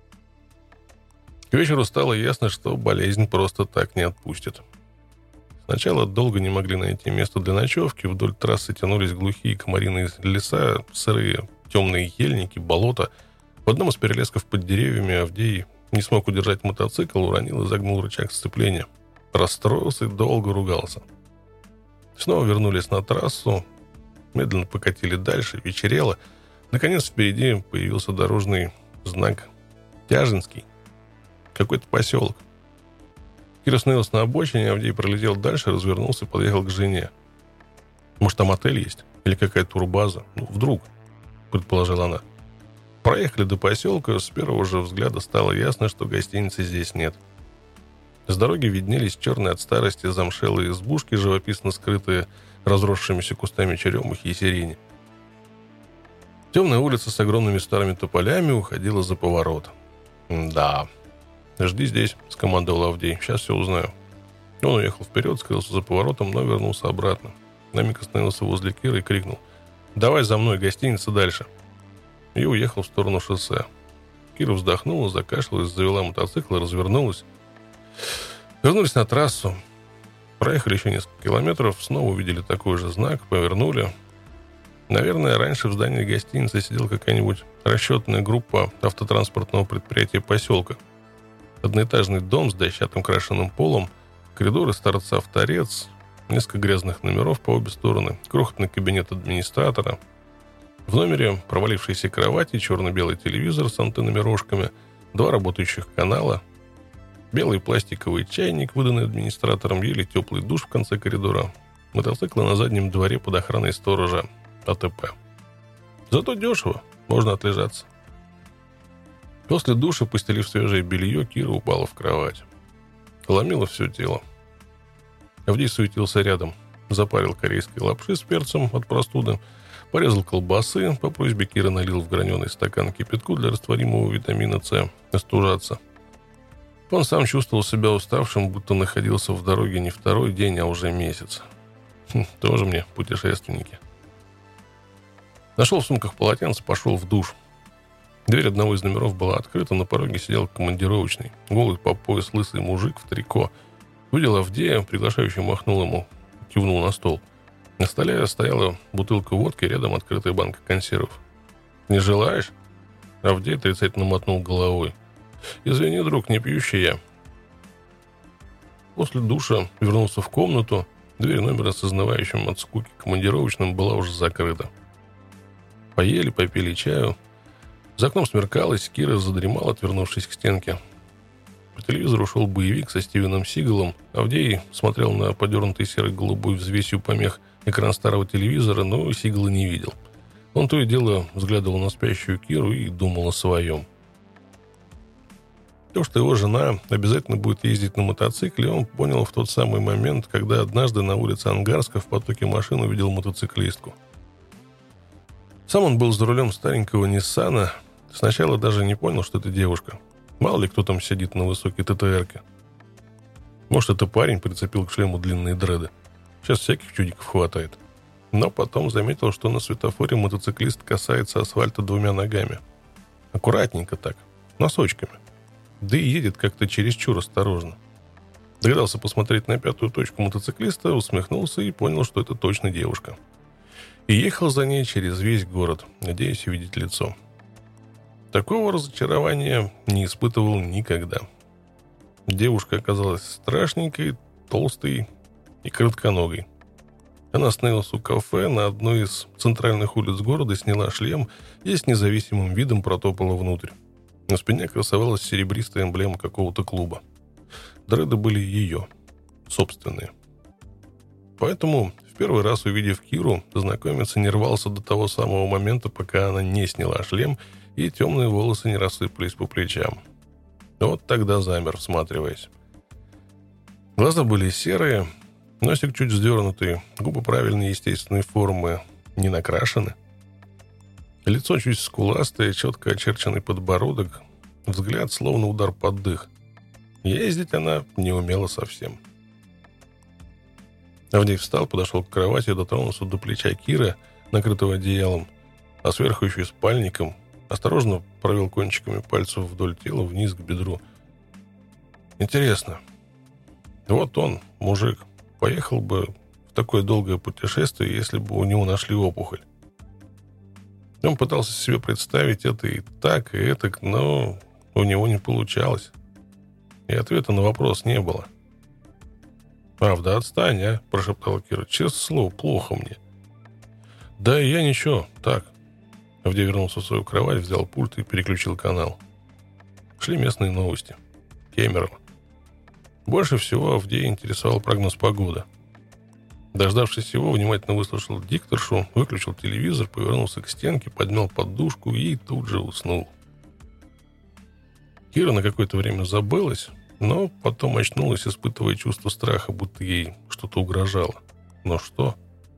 К вечеру стало ясно, что болезнь просто так не отпустит. Сначала долго не могли найти место для ночевки, вдоль трассы тянулись глухие комариные леса, сырые темные ельники, болота. В одном из перелесков под деревьями Авдей не смог удержать мотоцикл, уронил и загнул рычаг сцепления. Расстроился и долго ругался. Снова вернулись на трассу, медленно покатили дальше, вечерело. Наконец впереди появился дорожный знак Тяжинский. Какой-то поселок. Кира остановилась на обочине, Авдей пролетел дальше, развернулся и подъехал к жене. «Может, там отель есть? Или какая-то турбаза? Ну, вдруг?» — предположила она. Проехали до поселка, с первого же взгляда стало ясно, что гостиницы здесь нет. С дороги виднелись черные от старости замшелые избушки, живописно скрытые разросшимися кустами черемухи и сирени. Темная улица с огромными старыми тополями уходила за поворот. «Да, жди здесь», — скомандовал Авдей. «Сейчас все узнаю». Он уехал вперед, скрылся за поворотом, но вернулся обратно. На миг остановился возле Киры и крикнул: «Давай за мной, гостиница дальше». И уехал в сторону шоссе. Кира вздохнула, закашлялась, завела мотоцикл и развернулась. Вернулись на трассу. Проехали еще несколько километров, снова увидели такой же знак, повернули. Наверное, раньше в здании гостиницы сидела какая-нибудь расчетная группа автотранспортного предприятия поселка. Одноэтажный дом с дощатым крашеным полом, коридор из торца в торец, несколько грязных номеров по обе стороны, крохотный кабинет администратора. В номере провалившиеся кровати, черно-белый телевизор с антеннами-рожками, 2 работающих канала, белый пластиковый чайник, выданный администратором, еле теплый душ в конце коридора, мотоциклы на заднем дворе под охраной сторожа АТП. Зато дешево, можно отлежаться. После душа, постелив свежее белье, Кира упала в кровать. Ломило все тело. Авдей суетился рядом, запарил корейской лапши с перцем от простуды, порезал колбасы, по просьбе Киры налил в граненый стакан кипятку для растворимого витамина С, остужаться. Он сам чувствовал себя уставшим, будто находился в дороге не второй день, а уже месяц. Тоже мне путешественники. Нашел в сумках полотенце, пошел в душ. Дверь одного из номеров была открыта, на пороге сидел командировочный, голый по пояс лысый мужик в трико. Увидел Авдея, приглашающий махнул ему, кивнул на стол. На столе стояла бутылка водки, рядом открытая банка консервов. «Не желаешь?» Авдей отрицательно мотнул головой. «Извини, друг, не пьющий я». После душа вернулся в комнату. Дверь номера с изнывающим от скуки командировочным была уже закрыта. Поели, попили чаю. За окном смеркалось, Кира задремала, отвернувшись к стенке. По телевизору шел боевик со Стивеном Сигалом. Авдей смотрел на подернутый серо-голубой взвесью помех экран старого телевизора, но Сигала не видел. Он то и дело взглядывал на спящую Киру и думал о своем. То, что его жена обязательно будет ездить на мотоцикле, он понял в тот самый момент, когда однажды на улице Ангарска в потоке машин увидел мотоциклистку. Сам он был за рулем старенького Ниссана. Сначала даже не понял, что это девушка. Мало ли кто там сидит на высокой ТТРке. Может, это парень прицепил к шлему длинные дреды. Сейчас всяких чудиков хватает. Но потом заметил, что на светофоре мотоциклист касается асфальта 2 ногами. Аккуратненько так, носочками. Да и едет как-то чересчур осторожно. Догадался посмотреть на 5-ю точку мотоциклиста, усмехнулся и понял, что это точно девушка. И ехал за ней через весь город, надеясь увидеть лицо. Такого разочарования не испытывал никогда. Девушка оказалась страшненькой, толстой и коротконогой. Она остановилась у кафе на одной из центральных улиц города, сняла шлем и с независимым видом протопала внутрь. На спине красовалась серебристая эмблема какого-то клуба. Дреды были ее, собственные. Поэтому в первый раз увидев Киру, знакомец не рвался до того самого момента, пока она не сняла шлем и темные волосы не рассыпались по плечам. Вот тогда замер, всматриваясь. Глаза были серые, носик чуть вздернутый, губы правильной естественной формы, не накрашены. Лицо чуть скуластое, четко очерченный подбородок, взгляд словно удар под дых. Ездить она не умела совсем. Авдей встал, подошел к кровати и дотронулся до плеча Киры, накрытого одеялом, а сверху еще и спальником, осторожно провел кончиками пальцев вдоль тела вниз к бедру. Интересно, вот он, мужик, поехал бы в такое долгое путешествие, если бы у него нашли опухоль. Он пытался себе представить это и этак, но у него не получалось. И ответа на вопрос не было. «Правда, отстань, а?» – прошептала Кира. «Честное слово, плохо мне». «Да и я ничего, так». Авдей вернулся в свою кровать, взял пульт и переключил канал. Шли местные новости. Кемерово. Больше всего Авдея интересовал прогноз погоды. Дождавшись его, внимательно выслушал дикторшу, выключил телевизор, повернулся к стенке, поднял подушку и тут же уснул. Кира на какое-то время забылась, но потом очнулась, испытывая чувство страха, будто ей что-то угрожало. Но что?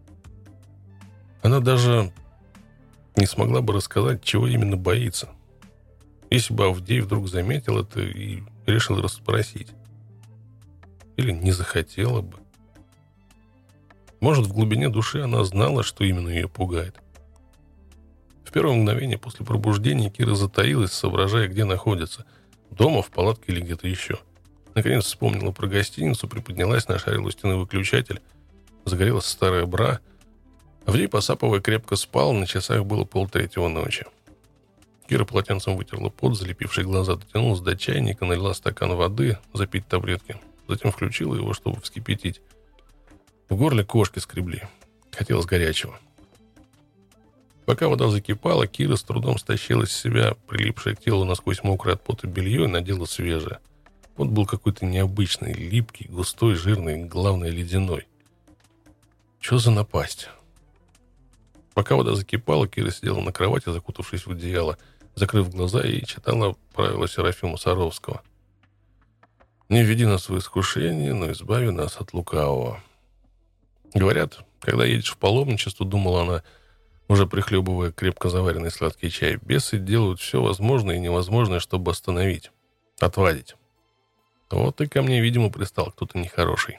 Она даже не смогла бы рассказать, чего именно боится. Если бы Авдей вдруг заметил это и решил расспросить. Или не захотела бы. Может, в глубине души она знала, что именно ее пугает. В первое мгновение после пробуждения Кира затаилась, соображая, где находится. Дома, в палатке или где-то еще. Наконец вспомнила про гостиницу, приподнялась, нашарила у стены выключатель. Загорелась старая бра. Авдей, посапывая, крепко спал, на часах было 2:30 ночи. Кира полотенцем вытерла пот, залепившие глаза, дотянулась до чайника, налила стакан воды, запить таблетки. Затем включила его, чтобы вскипятить. В горле кошки скребли. Хотелось горячего. Пока вода закипала, Кира с трудом стащила с себя прилипшее к телу насквозь мокрое от пота белье и надела свежее. Пот был какой-то необычный, липкий, густой, жирный, главное, ледяной. Что за напасть? Пока вода закипала, Кира сидела на кровати, закутавшись в одеяло, закрыв глаза, и читала правила Серафима Саровского. «Не введи нас в искушение, но избави нас от лукавого». Говорят, когда едешь в паломничество, думала она, уже прихлебывая крепко заваренный сладкий чай, бесы делают все возможное и невозможное, чтобы остановить, отвадить. Вот и ко мне, видимо, пристал кто-то нехороший.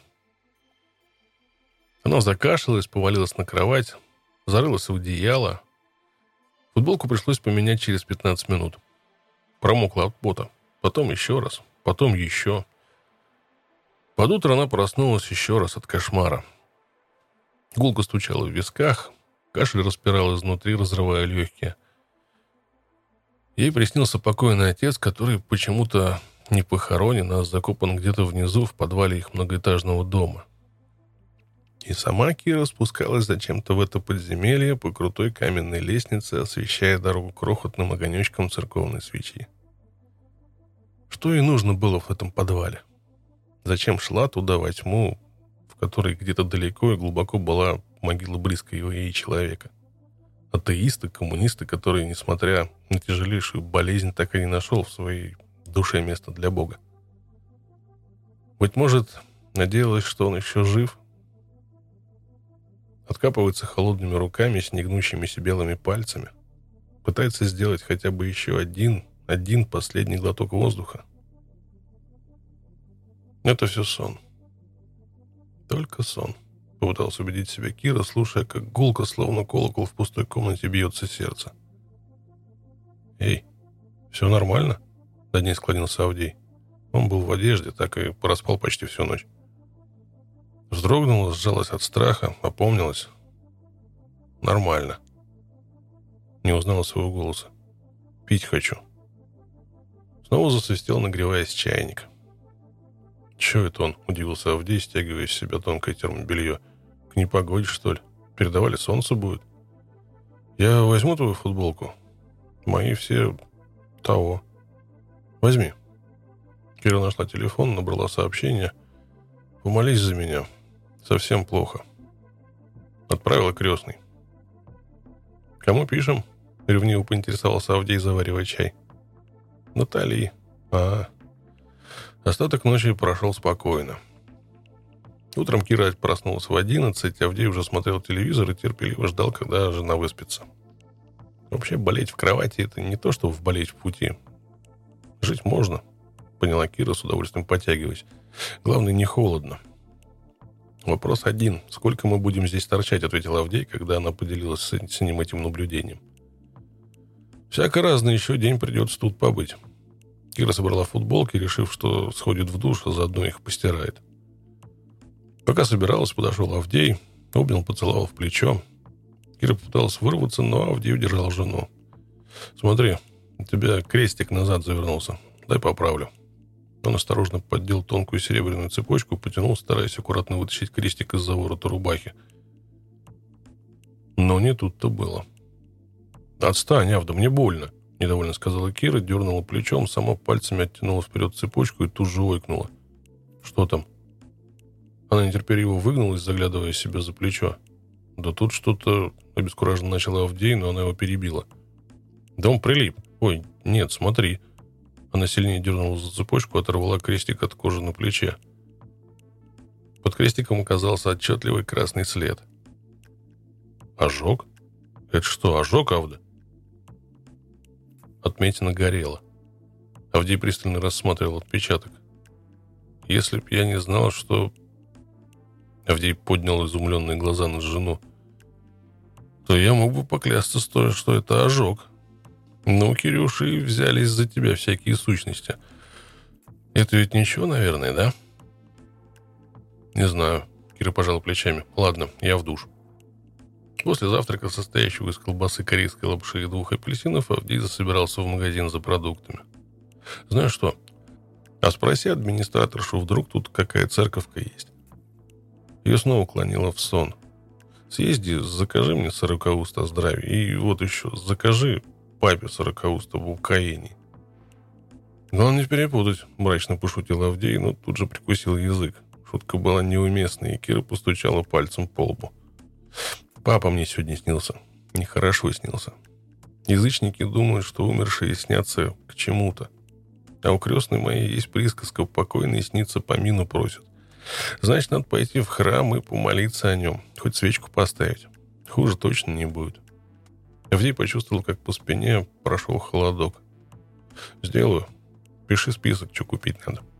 Она закашлялась, повалилась на кровать, зарылась в одеяло. Футболку пришлось поменять через 15 минут. Промокла от пота. Потом еще раз. Потом еще. Под утро она проснулась еще раз от кошмара. Гулко стучала в висках, кашель распирал изнутри, разрывая легкие. Ей приснился покойный отец, который почему-то не похоронен, а закопан где-то внизу в подвале их многоэтажного дома. И сама Кира спускалась зачем-то в это подземелье по крутой каменной лестнице, освещая дорогу крохотным огонечком церковной свечи. Что ей нужно было в этом подвале? Зачем шла туда во тьму, в которой где-то далеко и глубоко была могила близкого ей человека? Атеисты, коммунисты, который, несмотря на тяжелейшую болезнь, так и не нашел в своей душе место для Бога. Быть может, надеялась, что он еще жив? Откапывается холодными руками с негнущимися белыми пальцами. Пытается сделать хотя бы еще один последний глоток воздуха. Это все сон. Только сон. Попытался убедить себя Кира, слушая, как гулко, словно колокол в пустой комнате бьется сердце. «Эй, все нормально?» Над ней склонился Авдей. Он был в одежде, так и проспал почти всю ночь. Вздрогнула, сжалась от страха, опомнилась. «Нормально». Не узнала своего голоса. «Пить хочу». Снова засвистел, нагреваясь чайник. «Чего это он?» — удивился Авдей, стягивая с себя тонкое термобелье. «К непогоде, что ли? Передавали, солнце будет?» «Я возьму твою футболку. Мои все того. Возьми». Кира нашла телефон, набрала сообщение. «Помолись за меня. Совсем плохо». Отправила крестный. Кому пишем? Ревниво поинтересовался Авдей, заваривая чай. Натальи. Остаток ночи прошел спокойно. Утром Кира проснулась в 11, Авдей уже смотрел телевизор и терпеливо ждал, когда жена выспится. Вообще, болеть в кровати — это не то, что болеть в пути. Жить можно, поняла Кира, с удовольствием потягиваясь. Главное, не холодно. Вопрос один. Сколько мы будем здесь торчать, ответил Авдей, когда она поделилась с ним этим наблюдением. Всяко разно, еще день придется тут побыть. Кира собрала футболки, решив, что сходит в душ, а заодно их постирает. Пока собиралась, подошел Авдей, обнял, поцеловал в плечо. Кира попыталась вырваться, но Авдей удержал жену. «Смотри, у тебя крестик назад завернулся. Дай поправлю». Он осторожно поддел тонкую серебряную цепочку, потянул, стараясь аккуратно вытащить крестик из-за ворота рубахи. Но не тут-то было. «Отстань, Авда, мне больно», — недовольно сказала Кира, дернула плечом, сама пальцами оттянула вперед цепочку и тут же ойкнула. «Что там?» Она нетерпеливо выгнулась, заглядывая себе за плечо. «Да тут что-то...» — обескураженно начала Авдей, но она его перебила. «Да он прилип. Ой, нет, смотри». Она сильнее дернула за цепочку, оторвала крестик от кожи на плече. Под крестиком оказался отчетливый красный след. «Ожог? Это что, ожог, Авда?» Отметина горела. Авдей пристально рассматривал отпечаток. «Если б я не знал, что...» Авдей поднял изумленные глаза на жену. «То я мог бы поклясться, что это ожог. Ну, Кирюши, взялись за тебя всякие сущности. Это ведь ничего, наверное, да?» «Не знаю», — Кира пожала плечами. «Ладно, я в душ». После завтрака, состоящего из колбасы, корейской лапши и 2 апельсинов, Авдей засобирался в магазин за продуктами. «Знаешь что? А спроси администраторшу, вдруг тут какая церковка есть». Ее снова клонило в сон. «Съезди, закажи мне 40 о здравии. И вот еще, закажи папе 40 об упокоении». «Главное не перепутать», — мрачно пошутил Авдей, но тут же прикусил язык. Шутка была неуместной, и Кира постучала пальцем по лбу. «Папа мне сегодня снился. Нехорошо снился. Язычники думают, что умершие снятся к чему-то. А у крестной моей есть присказка: покойный снится, помину просят. Значит, надо пойти в храм и помолиться о нем. Хоть свечку поставить. Хуже точно не будет». Авдей почувствовал, как по спине прошел холодок. «Сделаю. Пиши список, что купить надо».